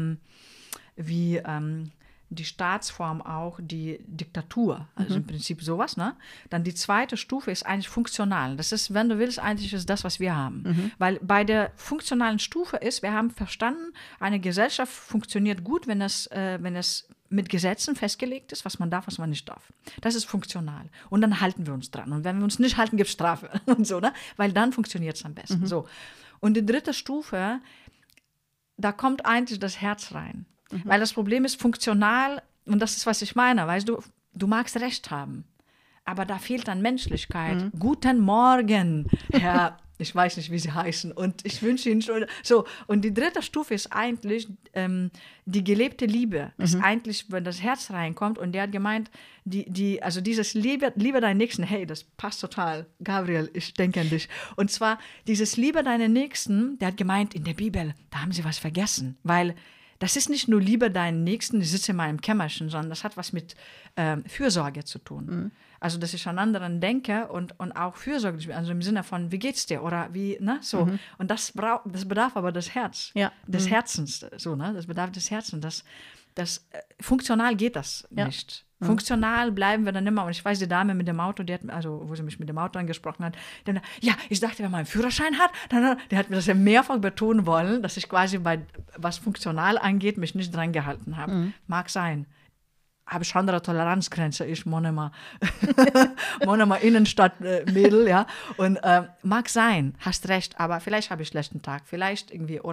wie die Staatsform auch die Diktatur, also im Prinzip sowas, ne? Dann die zweite Stufe ist eigentlich funktional. Das ist, wenn du willst, eigentlich ist das, was wir haben. Weil bei der funktionalen Stufe ist, wir haben verstanden, eine Gesellschaft funktioniert gut, wenn es mit Gesetzen festgelegt ist, was man darf, was man nicht darf. Das ist funktional. Und dann halten wir uns dran. Und wenn wir uns nicht halten, gibt es Strafe und so, ne? Weil dann funktioniert es am besten. So. Und die dritte Stufe, da kommt eigentlich das Herz rein. Weil das Problem ist funktional, und das ist, was ich meine, weißt du, du magst Recht haben, aber da fehlt dann Menschlichkeit. Guten Morgen, Herr Ich weiß nicht, wie sie heißen. Und ich wünsche ihnen schon so. Und die dritte Stufe ist eigentlich die gelebte Liebe. Ist eigentlich, wenn das Herz reinkommt. Und der hat gemeint, also dieses Liebe deinen Nächsten, hey, das passt total. Gabriel, ich denke an dich. Und zwar dieses Liebe deinen Nächsten, der hat gemeint, in der Bibel, da haben sie was vergessen. Weil das ist nicht nur Liebe deinen Nächsten, die sitzt in meinem Kämmerchen, sondern das hat was mit Fürsorge zu tun. Also, dass ich an anderen denke und auch Fürsorge, also im Sinne von, wie geht's dir? Oder wie, ne, so. Und das bedarf aber des des Herzens, so, ne, das bedarf des Herzens. Funktional geht das nicht. Funktional bleiben wir dann immer. Und ich weiß, die Dame mit dem Auto, wo sie mich mit dem Auto angesprochen hat, dann, ja, ich dachte, wenn man einen Führerschein hat, der hat mir das ja mehrfach betonen wollen, dass ich quasi was funktional angeht, mich nicht dran gehalten habe. Mag sein. Habe ich andere Toleranzgrenze, ich monema Innenstadt-Mädel, ja. Und mag sein, hast recht, aber vielleicht habe ich einen schlechten Tag, vielleicht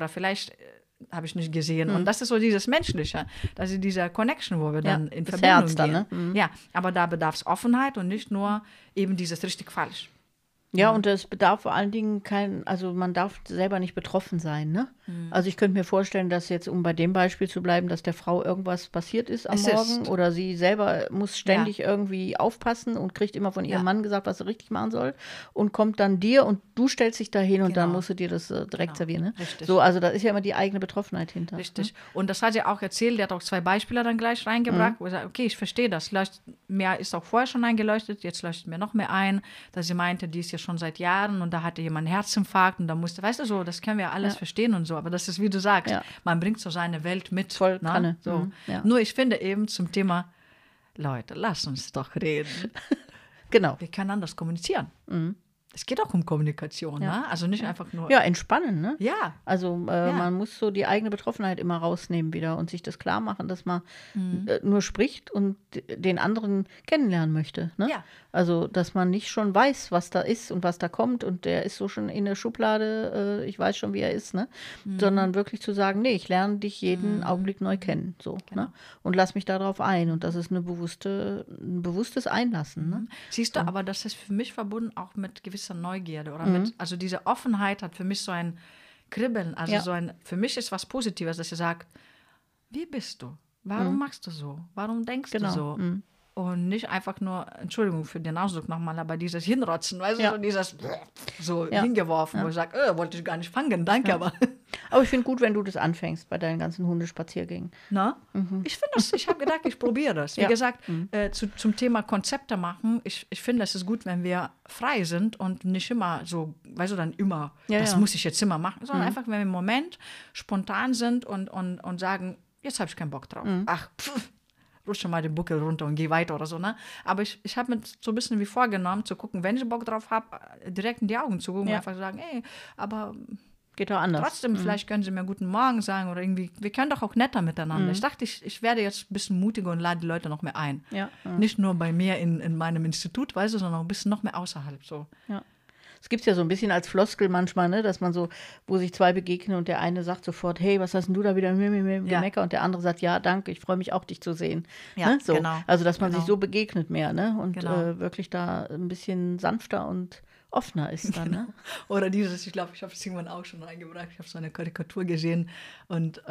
habe ich nicht gesehen. Und das ist so dieses Menschliche, das ist dieser Connection, wo wir dann in Verbindung Herz dann, gehen. Ne? Ja, aber da bedarf es Offenheit und nicht nur eben dieses richtig-falsch. Ja, und es bedarf vor allen Dingen also man darf selber nicht betroffen sein, ne? Also ich könnte mir vorstellen, dass jetzt, um bei dem Beispiel zu bleiben, dass der Frau irgendwas passiert ist am Morgen oder sie selber muss ständig irgendwie aufpassen und kriegt immer von ihrem Mann gesagt, was sie richtig machen soll und kommt dann dir und du stellst dich dahin und dann musst du dir das direkt servieren, ne? Richtig. So, also da ist ja immer die eigene Betroffenheit hinter. Richtig. Und das hat sie auch erzählt, die hat auch 2 Beispiele dann gleich reingebracht, wo sie sagt, okay, ich verstehe das, mehr ist auch vorher schon eingeleuchtet, jetzt leuchtet mir noch mehr ein, dass sie meinte, die ist ja schon seit Jahren und da hatte jemand einen Herzinfarkt und da musste, weißt du so, das können wir alles verstehen und so, aber das ist, wie du sagst, man bringt so seine Welt mit. Voll Kanne. So. Nur ich finde eben zum Thema, Leute, lass uns doch reden. Genau. Wir können anders kommunizieren. Es geht auch um Kommunikation, ne? Also nicht einfach nur... Ja, entspannen, ne? Ja. Also man muss so die eigene Betroffenheit immer rausnehmen wieder und sich das klar machen, dass man nur spricht und den anderen kennenlernen möchte, ne? Ja. Also, dass man nicht schon weiß, was da ist und was da kommt und der ist so schon in der Schublade, ich weiß schon, wie er ist, ne? Sondern wirklich zu sagen, nee, ich lerne dich jeden Augenblick neu kennen, so, ne? Und lass mich darauf ein und das ist ein bewusstes Einlassen, ne? Siehst du, aber das ist für mich verbunden auch mit gewisser Neugierde oder also diese Offenheit hat für mich so ein Kribbeln, also für mich ist was Positives, dass ihr sagt, wie bist du? Warum machst du so? Warum denkst du so? Und nicht einfach nur, Entschuldigung für den Ausdruck nochmal, aber dieses Hinrotzen, weißt du, so dieses hingeworfen, wo ich sage, wollte ich gar nicht fangen, danke, aber. Aber ich finde gut, wenn du das anfängst bei deinen ganzen Hundespaziergängen. Na? Ich finde das, ich habe gedacht, ich probiere das. Wie gesagt, zum Thema Konzepte machen, ich finde, es ist gut, wenn wir frei sind und nicht immer so, weißt du, dann immer, das muss ich jetzt immer machen, sondern einfach, wenn wir im Moment spontan sind und sagen, jetzt habe ich keinen Bock drauf. Ach, rutsche mal den Buckel runter und geh weiter oder so, ne? Aber ich habe mir so ein bisschen wie vorgenommen, zu gucken, wenn ich Bock drauf habe, direkt in die Augen zu gucken und einfach sagen, ey, aber geht auch anders. Trotzdem, vielleicht können sie mir guten Morgen sagen oder irgendwie, wir können doch auch netter miteinander. Ich dachte, ich werde jetzt ein bisschen mutiger und lade die Leute noch mehr ein. Nicht nur bei mir in meinem Institut, weißt du, sondern auch ein bisschen noch mehr außerhalb, so. Ja. Es gibt ja so ein bisschen als Floskel manchmal, ne, dass man so, wo sich 2 begegnen und der eine sagt sofort, hey, was hast denn du da wieder mit Gemecker? Und der andere sagt, ja, danke, ich freue mich auch, dich zu sehen. Ja, ne? So. Genau. Also, dass man sich so begegnet mehr, ne? Und wirklich da ein bisschen sanfter und offener ist dann, ne? Oder dieses, ich glaube, ich habe es irgendwann auch schon reingebracht, ich habe so eine Karikatur gesehen und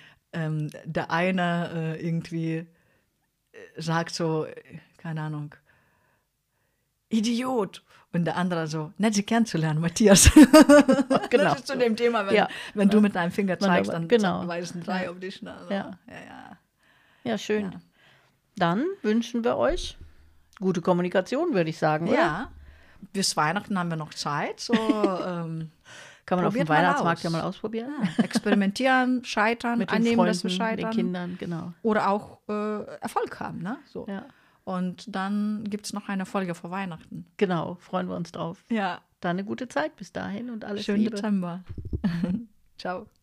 der eine irgendwie sagt so, keine Ahnung, Idiot. Und der andere so, nett, Sie kennenzulernen, Matthias. Genau. Das ist zu dem Thema, wenn du mit deinem Finger zeigst, dann weisen 3 auf dich. Ne? Also, ja, schön. Ja. Dann wünschen wir euch gute Kommunikation, würde ich sagen, oder? Ja, bis Weihnachten haben wir noch Zeit. So, kann man auf dem Weihnachtsmarkt ja mal ausprobieren. Ja, experimentieren, scheitern, mit den annehmen, Freunden, dass wir scheitern. den Kindern, genau. Oder auch Erfolg haben, ne? So. Ja. Und dann gibt es noch eine Folge vor Weihnachten. Genau, freuen wir uns drauf. Ja. Dann eine gute Zeit bis dahin und alles Schönen Liebe. Dezember. Ciao.